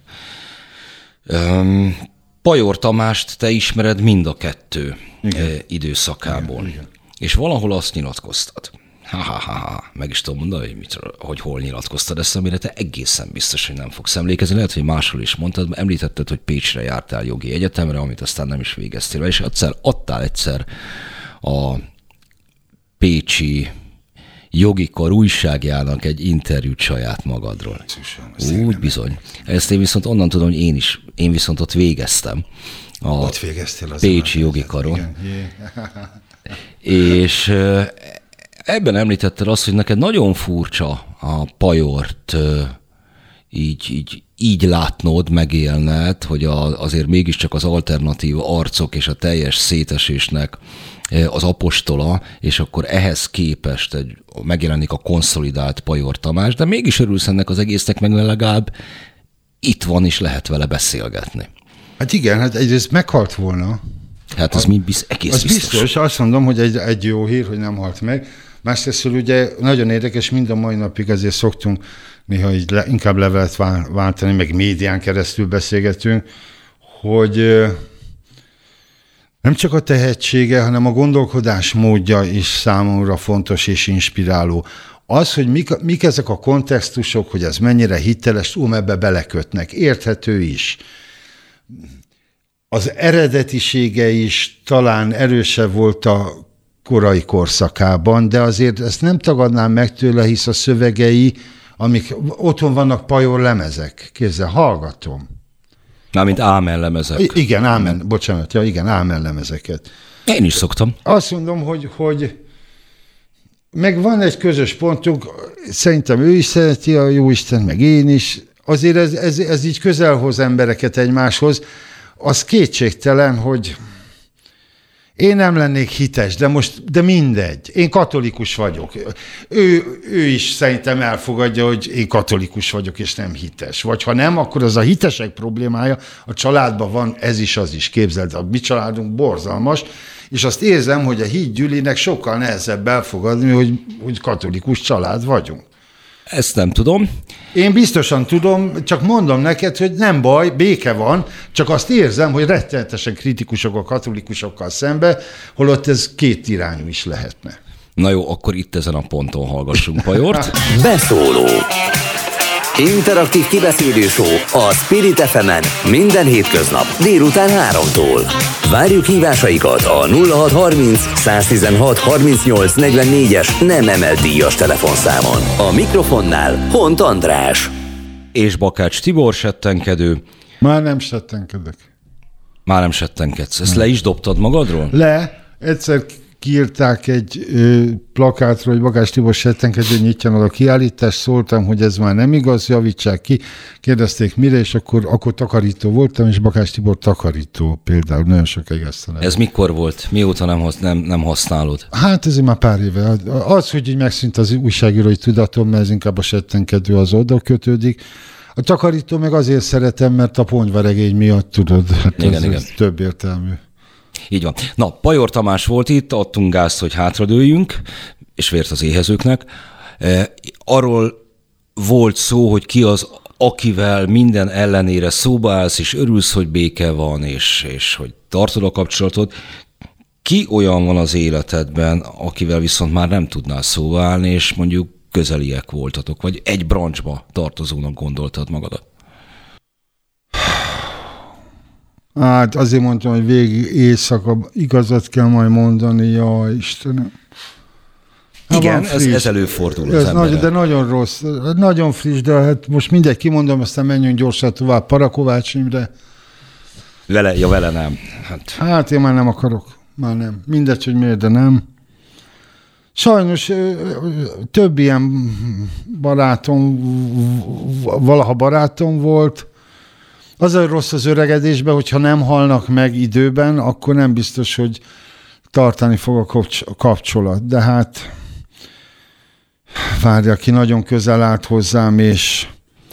Pajor Tamást te ismered mind a kettő időszakából. Igen. És valahol azt nyilatkoztad. Meg is tudom mondani, hogy hol nyilatkoztad ezt, amire te egészen biztos, hogy nem fogsz emlékezni. Lehet, hogy máshol is mondtad, említetted, hogy Pécsre jártál jogi egyetemre, amit aztán nem is végeztél, és adtál egyszer a pécsi Jogi Kar újságjának egy interjút saját magadról. Úgy bizony. Ezt én viszont onnan tudom, hogy én viszont ott végeztem. Ott végeztél az Pécsi Jogi Karon. És ebben említetted azt, hogy neked nagyon furcsa a Pajort így látnod, megélned, hogy azért mégiscsak az alternatív arcok és a teljes szétesésnek az apostola, és akkor ehhez képest megjelenik a konszolidált Pajor Tamás, de mégis örülsz ennek az egésznek, meg legalább itt van, és lehet vele beszélgetni. Hát igen, hát egyrészt meghalt volna. Hát ez egész az biztos. Azt mondom, hogy egy jó hír, hogy nem halt meg. Másrészt ugye nagyon érdekes, mind a mai napig azért szoktunk néha így inkább levelet váltani, meg médián keresztül beszélgetünk, hogy nem csak a tehetsége, hanem a gondolkodás módja is számomra fontos és inspiráló. Az, hogy mik ezek a kontextusok, hogy ez mennyire hiteles, ebbe belekötnek. Érthető is. Az eredetisége is talán erősebb volt a korai korszakában, de azért ezt nem tagadnám meg tőle, hisz a szövegei, amik otthon vannak Pajor lemezek. Kézzel hallgatom. Mármint ámen lemezek. Igen, ámen, bocsánat, igen, ámen lemezeket. Én is szoktam. Azt mondom, hogy meg van egy közös pontunk, szerintem ő is szereti a Jóisten, meg én is. Azért ez így közel hoz embereket egymáshoz. Az kétségtelen, hogy én nem lennék hites, de mindegy. Én katolikus vagyok. Ő is szerintem elfogadja, hogy én katolikus vagyok, és nem hites. Vagy ha nem, akkor az a hitesek problémája. A családban van ez is, az is. Képzeld, a mi családunk borzalmas, és azt érzem, hogy a híd Gyülinek sokkal nehezebb elfogadni, hogy katolikus család vagyunk. Ezt nem tudom. Én biztosan tudom, csak mondom neked, hogy nem baj, béke van, csak azt érzem, hogy rettenetesen kritikusok a katolikusokkal szembe, holott ez két irányú is lehetne. Na jó, akkor itt ezen a ponton hallgassunk Pajort. Beszóló. Interaktív kibeszélő show a Spirit FM-en minden hétköznap délután 3-tól. Várjuk hívásaikat a 0630 116 38 44-es nem emelt díjas telefonszámon. A mikrofonnál Hont András. És Bakács Tibor settenkedő. Már nem settenkedek. Már nem settenkedsz. Ezt le is dobtad magadról? Egyszer kiírták egy plakátra, hogy Bakács Tibor settenkedő, nyitjanak a kiállítást, szóltam, hogy ez már nem igaz, javítsák ki. Kérdezték mire, és akkor takarító voltam, és Bakács Tibor takarító például, nagyon sokáig ezt a Ez mikor volt? Mióta nem használod? Hát ez már pár éve. Az, hogy így megszűnt az újságírói tudatom, mert ez inkább a settenkedő az oda kötődik. A takarító meg azért szeretem, mert a ponyvaregény miatt tudod. Hát igen. Ez több értelmű. Így van. Na, Pajor Tamás volt itt, adtunk gázt, hogy hátradőljünk, és vért az éhezőknek. Arról volt szó, hogy ki az, akivel minden ellenére szóba állsz, és örülsz, hogy béke van, és hogy tartod a kapcsolatot. Ki olyan van az életedben, akivel viszont már nem tudnál szóba állni, és mondjuk közeliek voltatok, vagy egy brancsba tartozónak gondoltad magadat? Hát azért mondtam, hogy végig éjszaka igazat kell majd mondani, jaj, Istenem. Igen, ez előfordul az emberrel. De nagyon rossz, nagyon friss, de hát most mindegy kimondom, aztán menjünk gyorsan tovább. Parakovács Imre. Vele nem. Hát én már nem akarok, már nem. Mindegy, hogy miért, de nem. Sajnos több ilyen barátom, valaha barátom volt. Az a rossz az öregedésben, hogyha nem halnak meg időben, akkor nem biztos, hogy tartani fog a kapcsolat. De hát várj, aki nagyon közel állt hozzám, és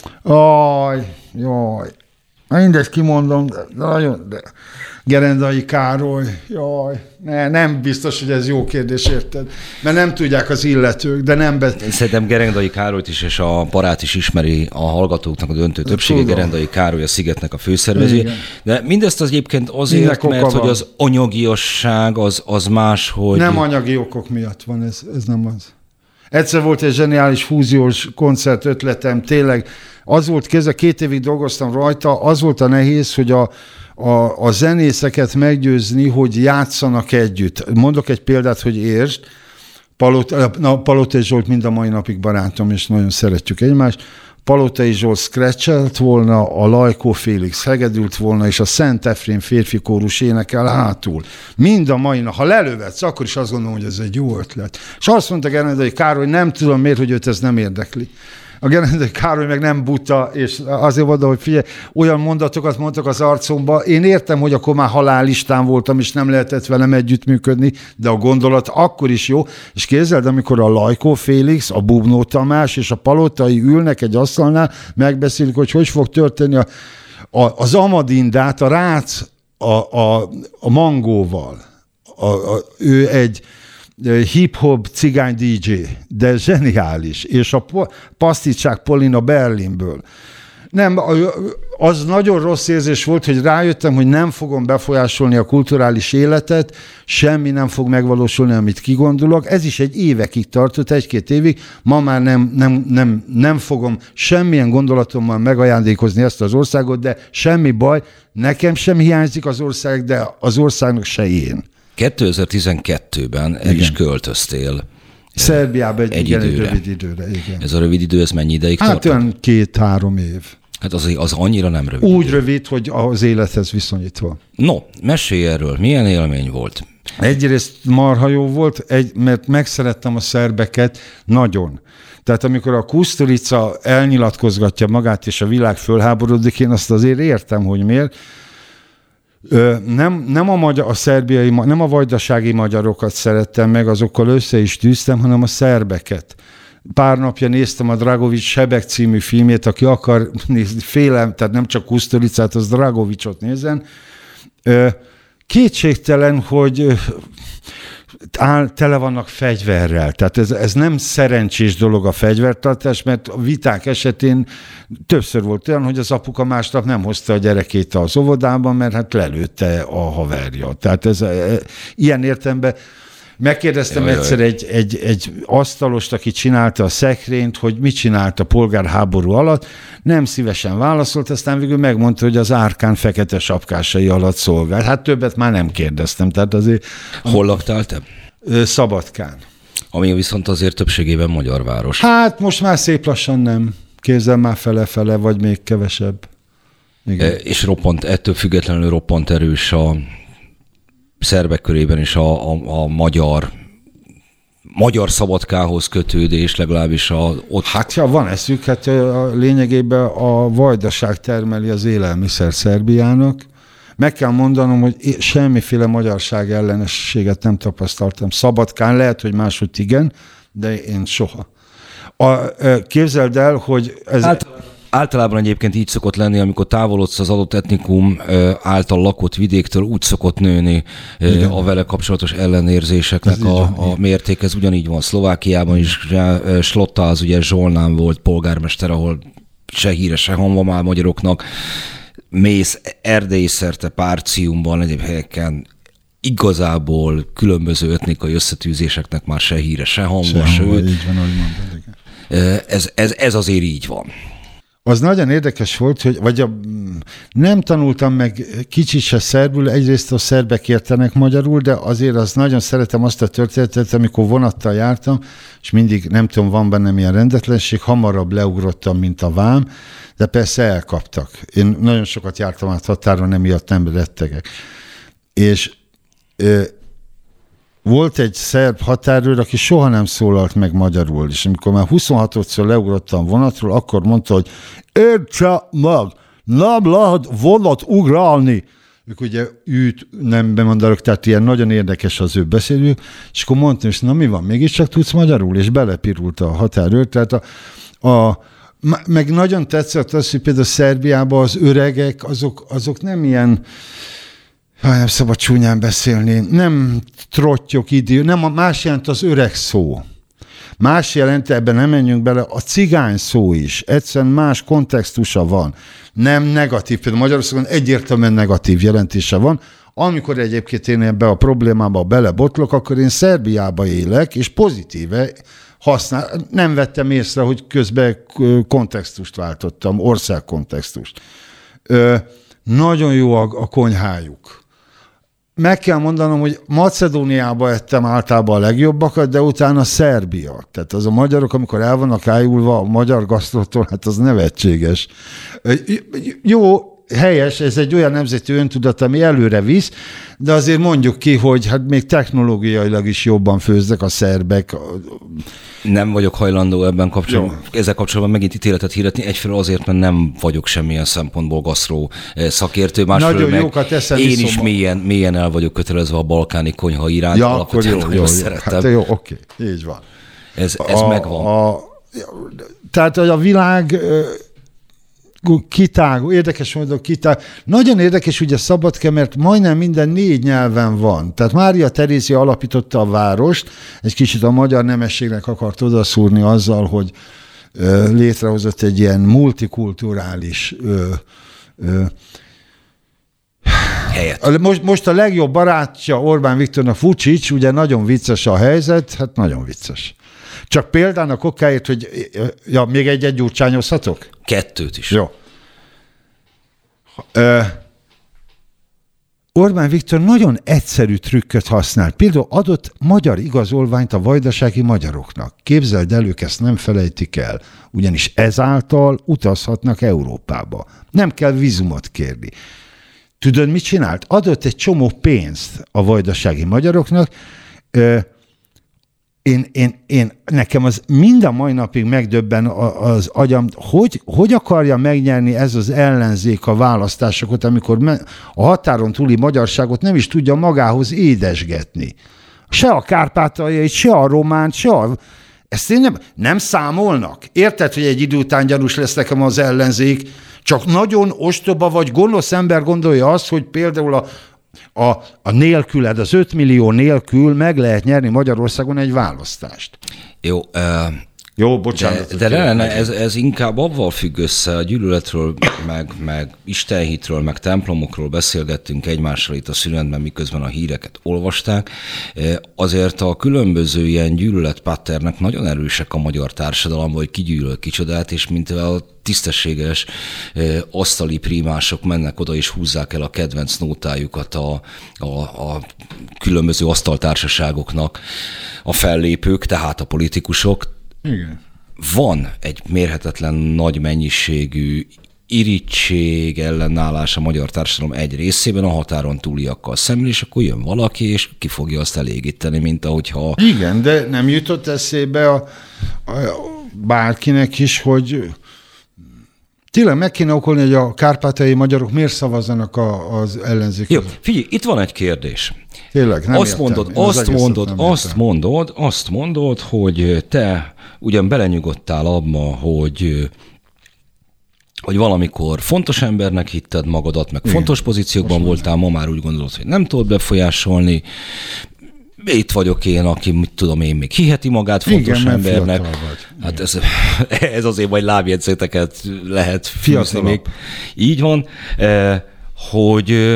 jaj, mindezt kimondom, de Gerendai Károly, nem biztos, hogy ez jó kérdés, érted? Mert nem tudják az illetők, de nem... Szerintem Gerendai Károlyt is, és a barát is ismeri a hallgatóknak a döntő többsége. Gerendai Károly a Szigetnek a főszervezője. De mindezt az egyébként azért, mert hogy az anyagiasság az más, hogy... Nem anyagi okok miatt van, ez nem az. Egyszer volt egy zseniális fúziós koncert ötletem, tényleg. Az volt 2 évig dolgoztam rajta, az volt a nehéz, hogy a zenészeket meggyőzni, hogy játszanak együtt. Mondok egy példát, hogy értsd. Palotai Zsolt mind a mai napig barátom, és nagyon szeretjük egymást. Palotai Zsolt scratchelt volna, a Lajkó Félix hegedült volna, és a Szent Efrén férfi kórus énekel hátul. Mind a mai nap, ha lelövetsz, akkor is azt gondolom, hogy ez egy jó ötlet. És azt mondta Gerendai Károly, nem tudom miért, hogy őt ez nem érdekli. A Gerendai Károly meg nem buta, és azért mondom, hogy figyelj, olyan mondatokat mondtak az arcomba, én értem, hogy akkor már halállistán voltam, és nem lehetett velem együttműködni, de a gondolat akkor is jó, és képzeld, amikor a Lajkó Félix, a Bubnó Tamás és a Palotai ülnek egy asztalnál, megbeszélik, hogy fog történni az Amadindát, a Rác a Mangóval. Ő egy hip-hop cigány DJ, de zseniális, és a Paszticsák Polina Berlinből. Nem, az nagyon rossz érzés volt, hogy rájöttem, hogy nem fogom befolyásolni a kulturális életet, semmi nem fog megvalósulni, amit kigondolok. Ez is egy évekig tartott, 1-2 évig. Ma már nem fogom semmilyen gondolatommal megajándékozni ezt az országot, de semmi baj, nekem sem hiányzik az ország, de az országnak se én. 2012-ben el is költöztél. Szerbiába egy rövid időre. Igen. Ez a rövid idő, ez mennyi ideig tartott? Hát olyan 2-3 év. Hát az annyira nem rövid. Úgy idő. Rövid, hogy az élethez viszonyítva. No, mesélj erről. Milyen élmény volt? Egyrészt marha jó volt, mert megszerettem a szerbeket nagyon. Tehát amikor a Kusturica elnyilatkozgatja magát, és a világ fölháborodik, én azt azért értem, hogy miért. Nem a szerbiai, nem a vajdasági magyarokat szerettem meg, azokkal össze is tűztem, hanem a szerbeket. Pár napja néztem a Dragovics Sebek című filmét, aki akar nézni, félem, tehát nem csak Kusturicát, az Dragovicsot nézzen. Kétségtelen, hogy tele vannak fegyverrel. Tehát ez nem szerencsés dolog a fegyvertartás, mert a viták esetén többször volt olyan, hogy az apuka másnap nem hozta a gyerekét az óvodában, mert hát lelőtte a haverja. Tehát ilyen értelemben megkérdeztem egyszer egy asztalost, aki csinálta a szekrényt, hogy mit csinált a polgárháború alatt. Nem szívesen válaszolt, aztán végül megmondta, hogy az Árkán fekete sapkásai alatt szolgált. Hát többet már nem kérdeztem. Tehát azért... Hol laktál te? Szabadkán. Ami viszont azért többségében magyar város. Hát most már szép lassan nem. Képzel már fele-fele, vagy még kevesebb. Igen. És ettől függetlenül roppant erős a szerbek körében is a magyar Szabadkához kötődés, legalábbis ott... Hát ja, van eszük, hát lényegében a vajdaság termeli az élelmiszer Szerbiának. Meg kell mondanom, hogy semmiféle magyarság ellenességet nem tapasztaltam. Szabadkán lehet, hogy máshogy igen, de én soha. Képzeld el, hogy ez... Általában egyébként így szokott lenni, amikor távolodsz az adott etnikum által lakott vidéktől, úgy szokott nőni a vele kapcsolatos ellenérzéseknek a mérték. Ez ugyanígy van Szlovákiában is. Slotta az ugye Zsolnán volt polgármester, ahol se híre, se hangva már magyaroknak. Mész Erdély szerte, Párciumban, egyéb helyeken igazából különböző etnikai összetűzéseknek már se híre, se hangva, sőt. Így van, ahogy mondtad, igen. Ez azért így van. Az nagyon érdekes volt, hogy nem tanultam meg kicsit se szerbül, egyrészt a szerbek értenek magyarul, de azért azt nagyon szeretem azt a történetet, amikor vonattal jártam, és mindig, nem tudom, van bennem ilyen rendetlenség, hamarabb leugrottam, mint a vám, de persze elkaptak. Én nagyon sokat jártam át határon, emiatt nem rettegek. És volt egy szerb határőr, aki soha nem szólalt meg magyarul, és amikor már 26-szor leugrottam vonatról, akkor mondta, hogy értse meg, nem lehet vonat ugrálni. Ők ugye nem bemondalak, tehát ilyen nagyon érdekes az ő beszélők, és akkor mondtam, és na mi van, mégiscsak tudsz magyarul? És belepirult a határőr, tehát meg nagyon tetszett az, hogy például Szerbiában az öregek, azok nem ilyen, nem szabad csúnyán beszélni, nem trottyok idő, nem, más jelent az öreg szó. Más jelent, ebben nem menjünk bele, a cigány szó is. Egyszerűen más kontextusa van. Nem negatív, például Magyarországon egyértelműen negatív jelentése van. Amikor egyébként én ebbe a problémába belebotlok, akkor én Szerbiába élek, és pozitíve nem vettem észre, hogy közben kontextust váltottam, országkontextust. Nagyon jó a konyhájuk. meg kell mondanom, hogy Macedóniában ettem általában a legjobbakat, de utána Szerbia. Tehát az a magyarok, amikor el vannak ájulva a magyar gasztrótól, hát az nevetséges. Jó, helyes, ez egy olyan nemzeti öntudat, ami előre visz, de azért mondjuk ki, hogy hát még technológiailag is jobban főznek a szerbek. Nem vagyok hajlandó ezzel kapcsolatban megint ítéletet hirdetni, egyfelől azért, mert nem vagyok semmilyen szempontból gasztró szakértő, másfelől meg én is mélyen el vagyok kötelezve a balkáni konyha iránt. Ja, akkor jó. Szeretem. Hát jó, oké, így van. Ez megvan. Tehát a világ érdekes mondok, nagyon érdekes ugye Szabadke, mert majdnem minden 4 nyelven van. Tehát Mária Terézia alapította a várost, egy kicsit a magyar nemességnek akart odaszúrni azzal, hogy létrehozott egy ilyen multikulturális helyet. Most a legjobb barátja Orbán Viktornak Vučić, ugye nagyon vicces a helyzet, hát nagyon vicces. Csak példának okáért, hogy még egy gyurcsányozhatok? 2 is. Jó. Orbán Viktor nagyon egyszerű trükköt használt. Például adott magyar igazolványt a vajdasági magyaroknak. Képzeld el, ők ezt nem felejtik el, ugyanis ezáltal utazhatnak Európába. Nem kell vízumot kérni. Tudod, mit csinált? Adott egy csomó pénzt a vajdasági magyaroknak. Nekem az mind a mai napig megdöbben az agyam, hogy akarja megnyerni ez az ellenzék a választásokat, amikor a határon túli magyarságot nem is tudja magához édesgetni. Se a kárpátaljait, se a románt, se a... Ezt én nem számolnak. Érted, hogy egy idő után gyanús lesz nekem az ellenzék, csak nagyon ostoba vagy gonosz ember gondolja azt, hogy például a nélküled, az 5 millió nélkül meg lehet nyerni Magyarországon egy választást. Jó, bocsánat. De ez inkább avval függ össze, a gyűlöletről, meg istenhitről, meg templomokról beszélgettünk egymással itt a szünetben, miközben a híreket olvasták. Azért a különböző ilyen gyűlöletpatternek nagyon erősek a magyar társadalomban, hogy ki gyűlöl kicsodát, és mint a tisztességes asztali prímások mennek oda és húzzák el a kedvenc nótájukat a különböző asztaltársaságoknak a fellépők, tehát a politikusok. Igen. Van egy mérhetetlen nagy mennyiségű irigység, ellenállás a magyar társadalom egy részében a határon túliakkal szemben, és akkor jön valaki, és ki fogja azt elégíteni, mint ahogyha... Igen, de nem jutott eszébe bárkinek is, hogy tényleg meg kéne okolni, hogy a kárpátaljai magyarok miért szavazzanak az ellenzékre. Jó, figyelj, itt van egy kérdés. Tényleg, nem Azt mondod, hogy te ugyan belenyugodtál abba, hogy valamikor fontos embernek hitted magadat, meg fontos pozíciókban voltál, ma már úgy gondolod, hogy nem tudod befolyásolni. Itt vagyok én, aki, mit tudom én, még hiheti magát fontos embernek. Hát ez azért majd lábjegyzeteket lehet fűzni még. Így van, hogy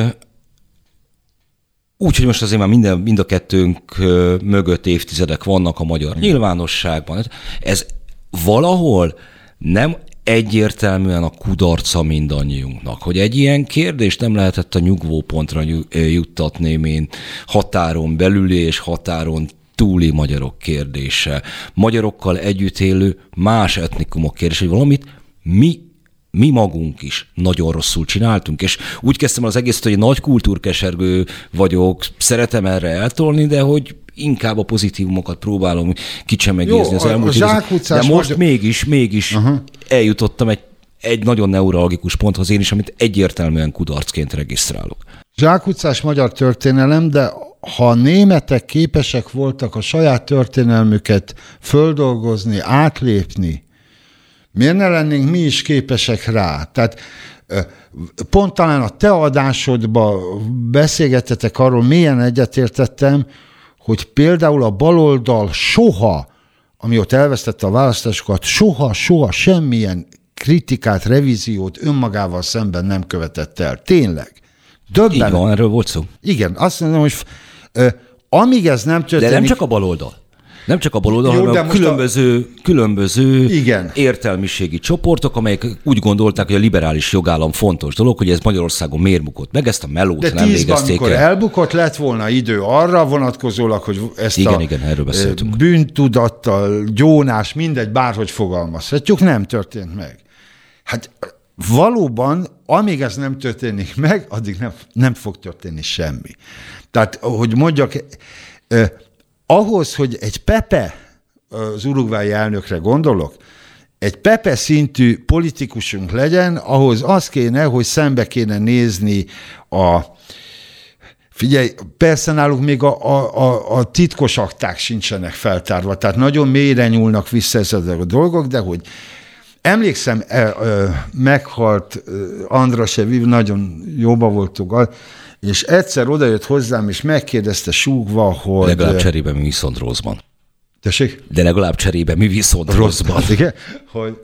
úgy, hogy most azért már mind a kettőnk mögött évtizedek vannak a magyar nyilvánosságban. Ez valahol nem egyértelműen a kudarca mindannyiunknak, hogy egy ilyen kérdést nem lehetett a nyugvópontra juttatni, mint határon belüli és határon túli magyarok kérdése. Magyarokkal együtt élő más etnikumok kérdése, hogy valamit mi magunk is nagyon rosszul csináltunk, és úgy kezdtem az egészet, hogy egy nagy kultúrkesergő vagyok, szeretem erre eltolni, de hogy inkább a pozitívumokat próbálom kicsemegézni az elmúlt időszakban. De most mégis eljutottam egy nagyon neuralgikus ponthoz én is, amit egyértelműen kudarcként regisztrálok. Zsákutcás magyar történelem, de ha a németek képesek voltak a saját történelmüket földolgozni, átlépni, miért ne lennénk mi is képesek rá? Tehát pont talán a te adásodban beszélgettetek arról, milyen egyetértettem, hogy például a baloldal soha, amióta elvesztette a választásokat, soha semmilyen kritikát, revíziót önmagával szemben nem követett el. Tényleg. Így van, erről volt szó. Igen, azt mondom, hogy amíg ez nem történik... De nem csak a baloldal. Nem csak a baloldal, hanem különböző igen. értelmiségi csoportok, amelyek úgy gondolták, hogy a liberális jogállam fontos dolog, hogy ez Magyarországon miért bukott meg, ezt a melót de nem végezték el. De elbukott, lett volna idő arra vonatkozólag, hogy ezt igen, erről beszéltünk. Bűntudattal, gyónás, mindegy, bárhogy fogalmazhatjuk, nem történt meg. Hát valóban, amíg ez nem történik meg, addig nem fog történni semmi. Tehát, hogy mondjak, ahhoz, hogy egy Pepe, az uruguayi elnökre gondolok, egy Pepe szintű politikusunk legyen, ahhoz az kéne, hogy szembe kéne nézni figyelj, persze náluk még a titkos akták sincsenek feltárva, tehát nagyon mélyre nyúlnak vissza ezek a dolgok, de hogy emlékszem, meghalt Andrasev, nagyon jóba voltunk, és egyszer odajött hozzám, és megkérdezte súgva, hogy... Legalább cserébe mi viszont rosszban. Tessék? De legalább cserébe mi viszont rosszban. Igen, hogy...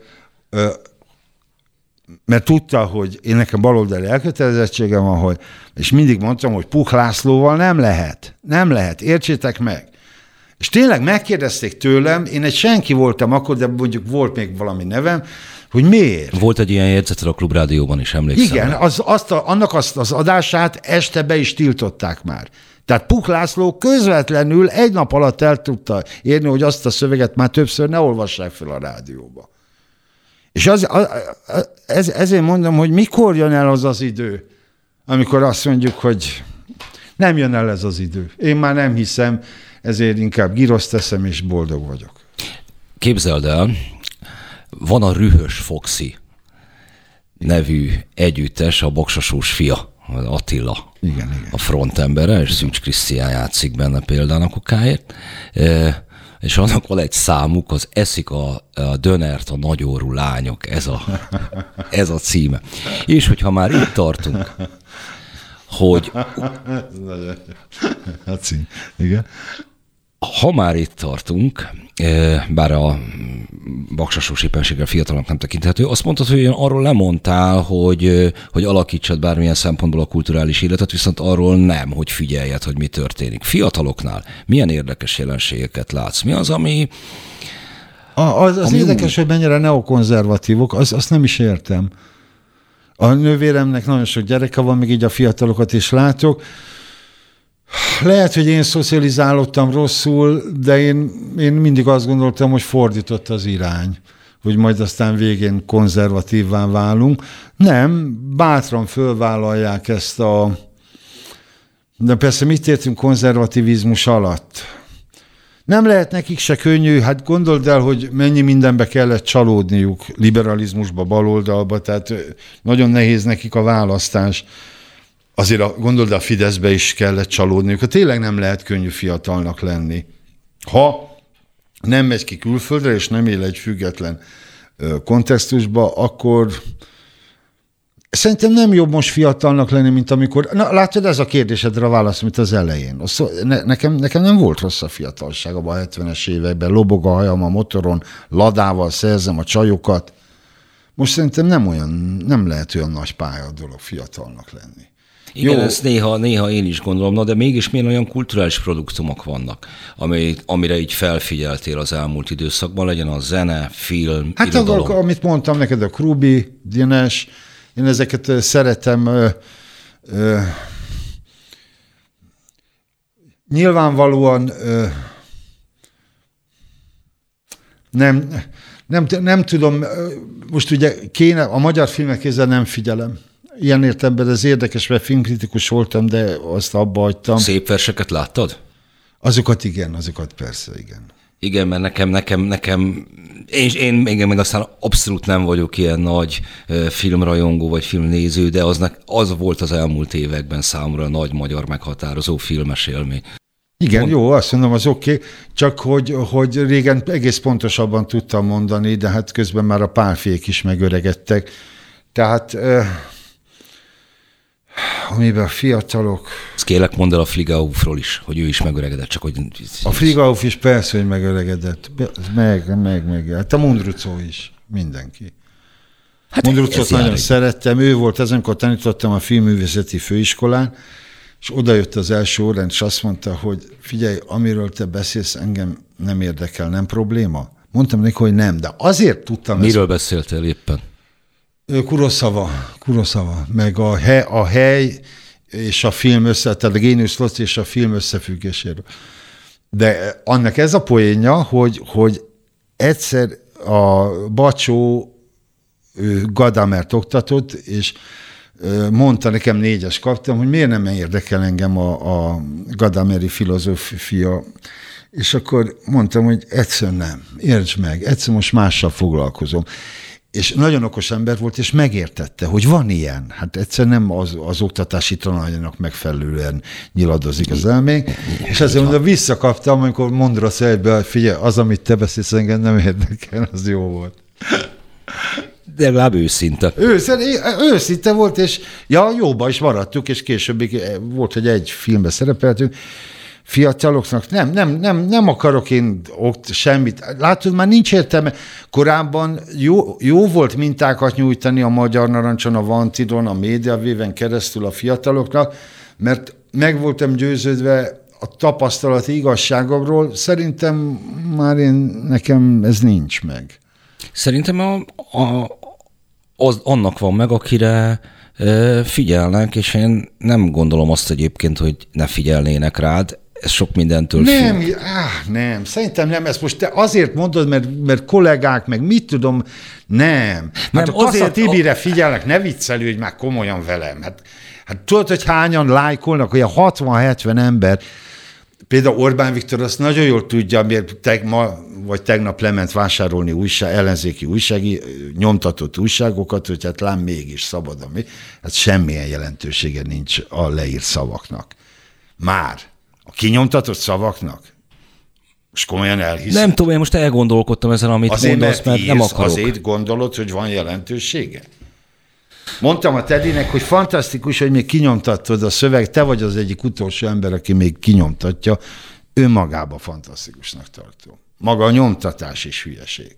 mert tudta, hogy én nekem baloldali elkötelezettségem van, és mindig mondtam, hogy Puk Lászlóval nem lehet, értsétek meg. És tényleg megkérdezték tőlem, én egy senki voltam akkor, de mondjuk volt még valami nevem, hogy miért. Volt egy ilyen jegyzeted a Klubrádióban is, emlékszem. Igen, annak az adását este be is tiltották már. Tehát Puk László közvetlenül egy nap alatt el tudta érni, hogy azt a szöveget már többször ne olvassák fel a rádióba. És ezért mondom, hogy mikor jön el az idő, amikor azt mondjuk, hogy nem jön el ez az idő. Én már nem hiszem, ezért inkább giroszt teszem, és boldog vagyok. Képzeld el, van a Rühös Foxy nevű együttes, a Boksasós fia, Attila, igen. A frontembere, és Szűcs Krisztián játszik benne például a Kukáért. És annak van egy számuk, az Eszik a dönert a nagyórú lányok, ez a címe. És hogyha már itt tartunk, hogy... Igen. Ha már itt tartunk, bár a Baksasós éppenséggel fiatalnak nem tekinthető, azt mondtad, hogy arról lemondtál, hogy alakítsad bármilyen szempontból a kulturális életet, viszont arról nem, hogy figyeljed, hogy mi történik. Fiataloknál milyen érdekes jelenségeket látsz? Mi az, ami... Az érdekes, hogy mennyire neokonzervatívok, azt nem is értem. A nővéremnek nagyon sok gyereke van, még így a fiatalokat is látok. Lehet, hogy én szocializálódtam rosszul, de én mindig azt gondoltam, hogy fordított az irány, hogy majd aztán végén konzervatívvá válunk. Nem, bátran fölvállalják ezt de persze mit értünk konzervativizmus alatt? Nem lehet nekik se könnyű, hát gondold el, hogy mennyi mindenbe kellett csalódniuk, liberalizmusba, baloldalba, tehát nagyon nehéz nekik a választás. Azért gondold, a Fideszbe is kellett csalódniuk. Tényleg nem lehet könnyű fiatalnak lenni. Ha nem megy ki külföldre, és nem él egy független kontextusba, akkor szerintem nem jobb most fiatalnak lenni, mint amikor... Na, látod, ez a kérdésedre a válasz, mint az elején. Nekem nem volt rossz a fiatalság abban a 70-es években. Lobog a hajam a motoron, ladával szerzem a csajokat. Most szerintem nem lehet olyan nagy pálya dolog fiatalnak lenni. Igen, ezt néha én is gondolom, de mégis milyen olyan kulturális produktumok vannak, amire így felfigyeltél az elmúlt időszakban, legyen a zene, film, irodalom. Amit mondtam neked, a Krubi, Dénes, én ezeket szeretem. Nyilvánvalóan nem tudom, most ugye kéne, a magyar filmek kézzel nem figyelem. Ilyen értelemben ez érdekes, mert filmkritikus voltam, de azt abba hagytam. Szép verseket láttad? Azokat persze, igen. Igen, mert nekem én meg aztán abszolút nem vagyok ilyen nagy filmrajongó vagy filmnéző, de az volt az elmúlt években számomra nagy magyar meghatározó filmes élmény. Igen, jó, azt mondom, az oké, csak hogy régen egész pontosabban tudtam mondani, de hát közben már a pálfék is megöregedtek. Tehát... amiben a fiatalok... Ezt kérlek, mondd el a Fligaufról is, hogy ő is megöregedett, csak hogy... A Fligauf is persze, hogy megöregedett. Meg. Hát a Mundrucó is, mindenki. Hát Mundrucót nagyon szerettem, ő volt az, amikor tanítottam a filmművészeti főiskolán, és odajött az első órán, és azt mondta, hogy figyelj, amiről te beszélsz, engem nem érdekel, nem probléma? Mondtam neki, hogy nem, de azért tudtam Miről beszéltél éppen? Kurosawa, meg a hely és a film tehát a Génius Loci és a film összefüggéséről. De annak ez a poénja, hogy egyszer a Bacsó Gadamert oktatott, és mondta, nekem 4-es kaptam, hogy miért nem érdekel engem a Gadameri filozófia. És akkor mondtam, hogy egyszer nem, értsd meg, egyszer most mással foglalkozom. És nagyon okos ember volt, és megértette, hogy van ilyen. Hát egyszer nem az oktatási tananyagnak megfelelően nyiladozik az elmény. És ezért mondom, visszakaptam, amikor Mondrasz egybe, figyelj, az, amit te beszélsz, engem nem érdekel, az jó volt. De legalább őszinte. Őszinte volt, és jóba is maradtuk, és később volt, hogy egy filmben szerepeltünk. Fiataloknak nem akarok én semmit. Látod, már nincs értelme. Korábban jó volt mintákat nyújtani a Magyar Narancson, a Vantidon, a Médiavéven keresztül a fiataloknak, mert meg voltam győződve a tapasztalati igazságomról. Szerintem már nekem ez nincs meg. Szerintem annak van meg, akire figyelnek, és én nem gondolom azt egyébként, hogy ne figyelnének rád. Ez sok mindentől függ. Nem, szerintem nem. Ezt most te azért mondod, mert kollégák, meg mit tudom, nem. Hát nem, azért Tibire figyelnek, ne viccelődj már komolyan velem. Hát tudod, hogy hányan lájkolnak, olyan 60-70 ember. Például Orbán Viktor azt nagyon jól tudja, mert ma vagy tegnap lement vásárolni ellenzéki nyomtatott újságokat, hogy hát lám mégis szabad, hát semmilyen jelentősége nincs a leírt szavaknak. Már. A kinyomtatott szavaknak? Most komolyan elhiszem. Nem tudom, én most elgondolkodtam ezen, amit azért, mondasz, mert nem akarok. Azért gondolod, hogy van jelentősége? Mondtam a Tedinek, hogy fantasztikus, hogy még kinyomtattad a szöveg, te vagy az egyik utolsó ember, aki még kinyomtatja. Önmagában fantasztikusnak tartom. Maga a nyomtatás is hülyeség.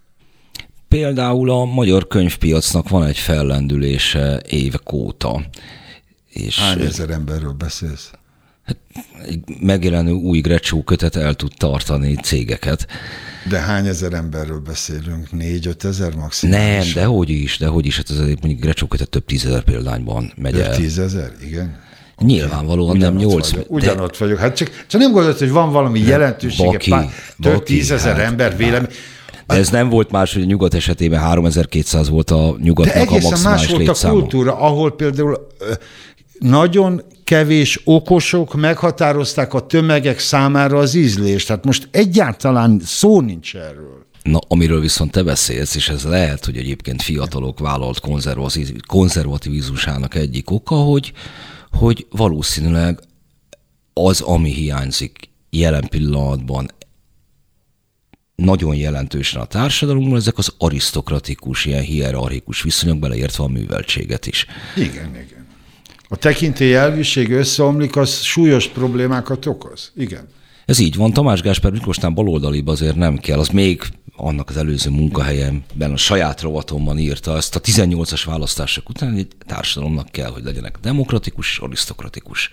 Például a magyar könyvpiacnak van egy fellendülése évek óta. És hány ezer emberről beszélsz? Hát, egy megjelenő új Grecsó kötet el tud tartani cégeket. De hány ezer emberről beszélünk? 4-5 ezer maximum? Nem, dehogy is. Hát ez mondjuk Grecsó kötet több 10 000 példányban megy el. 10 000? Igen. Nyilvánvalóan nem 8. Ugyanott vagyok. Hát csak nem gondolod, hogy van valami jelentősége, több 10 000 ember vélemény. De ez nem volt más, hogy a Nyugat esetében 3200 volt a Nyugatnak a maximális létszáma. De egészen más volt a kultúra, ahol például nagyon kevés okosok meghatározták a tömegek számára az ízlést. Tehát most egyáltalán szó nincs erről. Na, amiről viszont te beszélsz, és ez lehet, hogy egyébként fiatalok vállalt konzervativizmusának egyik oka, hogy valószínűleg az, ami hiányzik jelen pillanatban nagyon jelentősen a társadalomban, ezek az arisztokratikus, ilyen hierarchikus viszonyok, beleértve a műveltséget is. Igen. A tekintély elviség összeomlik, az súlyos problémákat okoz. Igen. Ez így van. Tamás Gáspár Miklósnál baloldalibb azért nem kell. Az még annak az előző munkahelyemben, a saját rovatomban írta ezt a 18-as választások után, hogy társadalomnak kell, hogy legyenek demokratikus és arisztokratikus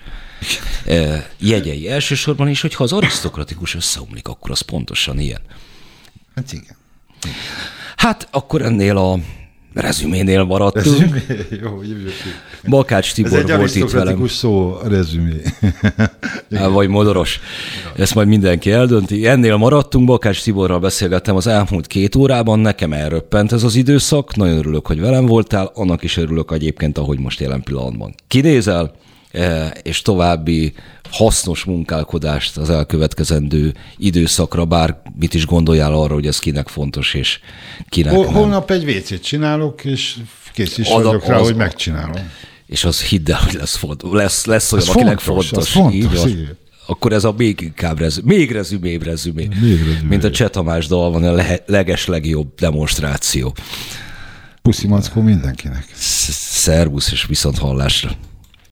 jegyei elsősorban is, hogyha az arisztokratikus összeomlik, akkor az pontosan ilyen. Hát igen. Hát akkor ennél a rezüménél maradtunk. Jó, jövök. Bakács Tibor volt itt velem. Ez egy arisztokratikus szó, a rezümé. Vagy modoros. Ezt majd mindenki eldönti. Ennél maradtunk, Bakács Tiborral beszélgettem az elmúlt 2 órában, nekem elröppent ez az időszak, nagyon örülök, hogy velem voltál, annak is örülök egyébként, ahogy most jelen pillanatban kinézel, és további hasznos munkálkodást az elkövetkezendő időszakra, bár mit is gondoljál arra, hogy ez kinek fontos, és kinek nem. Holnap egy WC-t csinálok, és kész is vagyok rá, hogy megcsinálom. És az hidd el, hogy lesz olyan, akinek fontos. Így van. Akkor ez a még inkább rezümé, mint a Cseh Tamás dalban a legeslegjobb demonstráció. Puszi mackó mindenkinek. Szervusz, és viszont hallásra.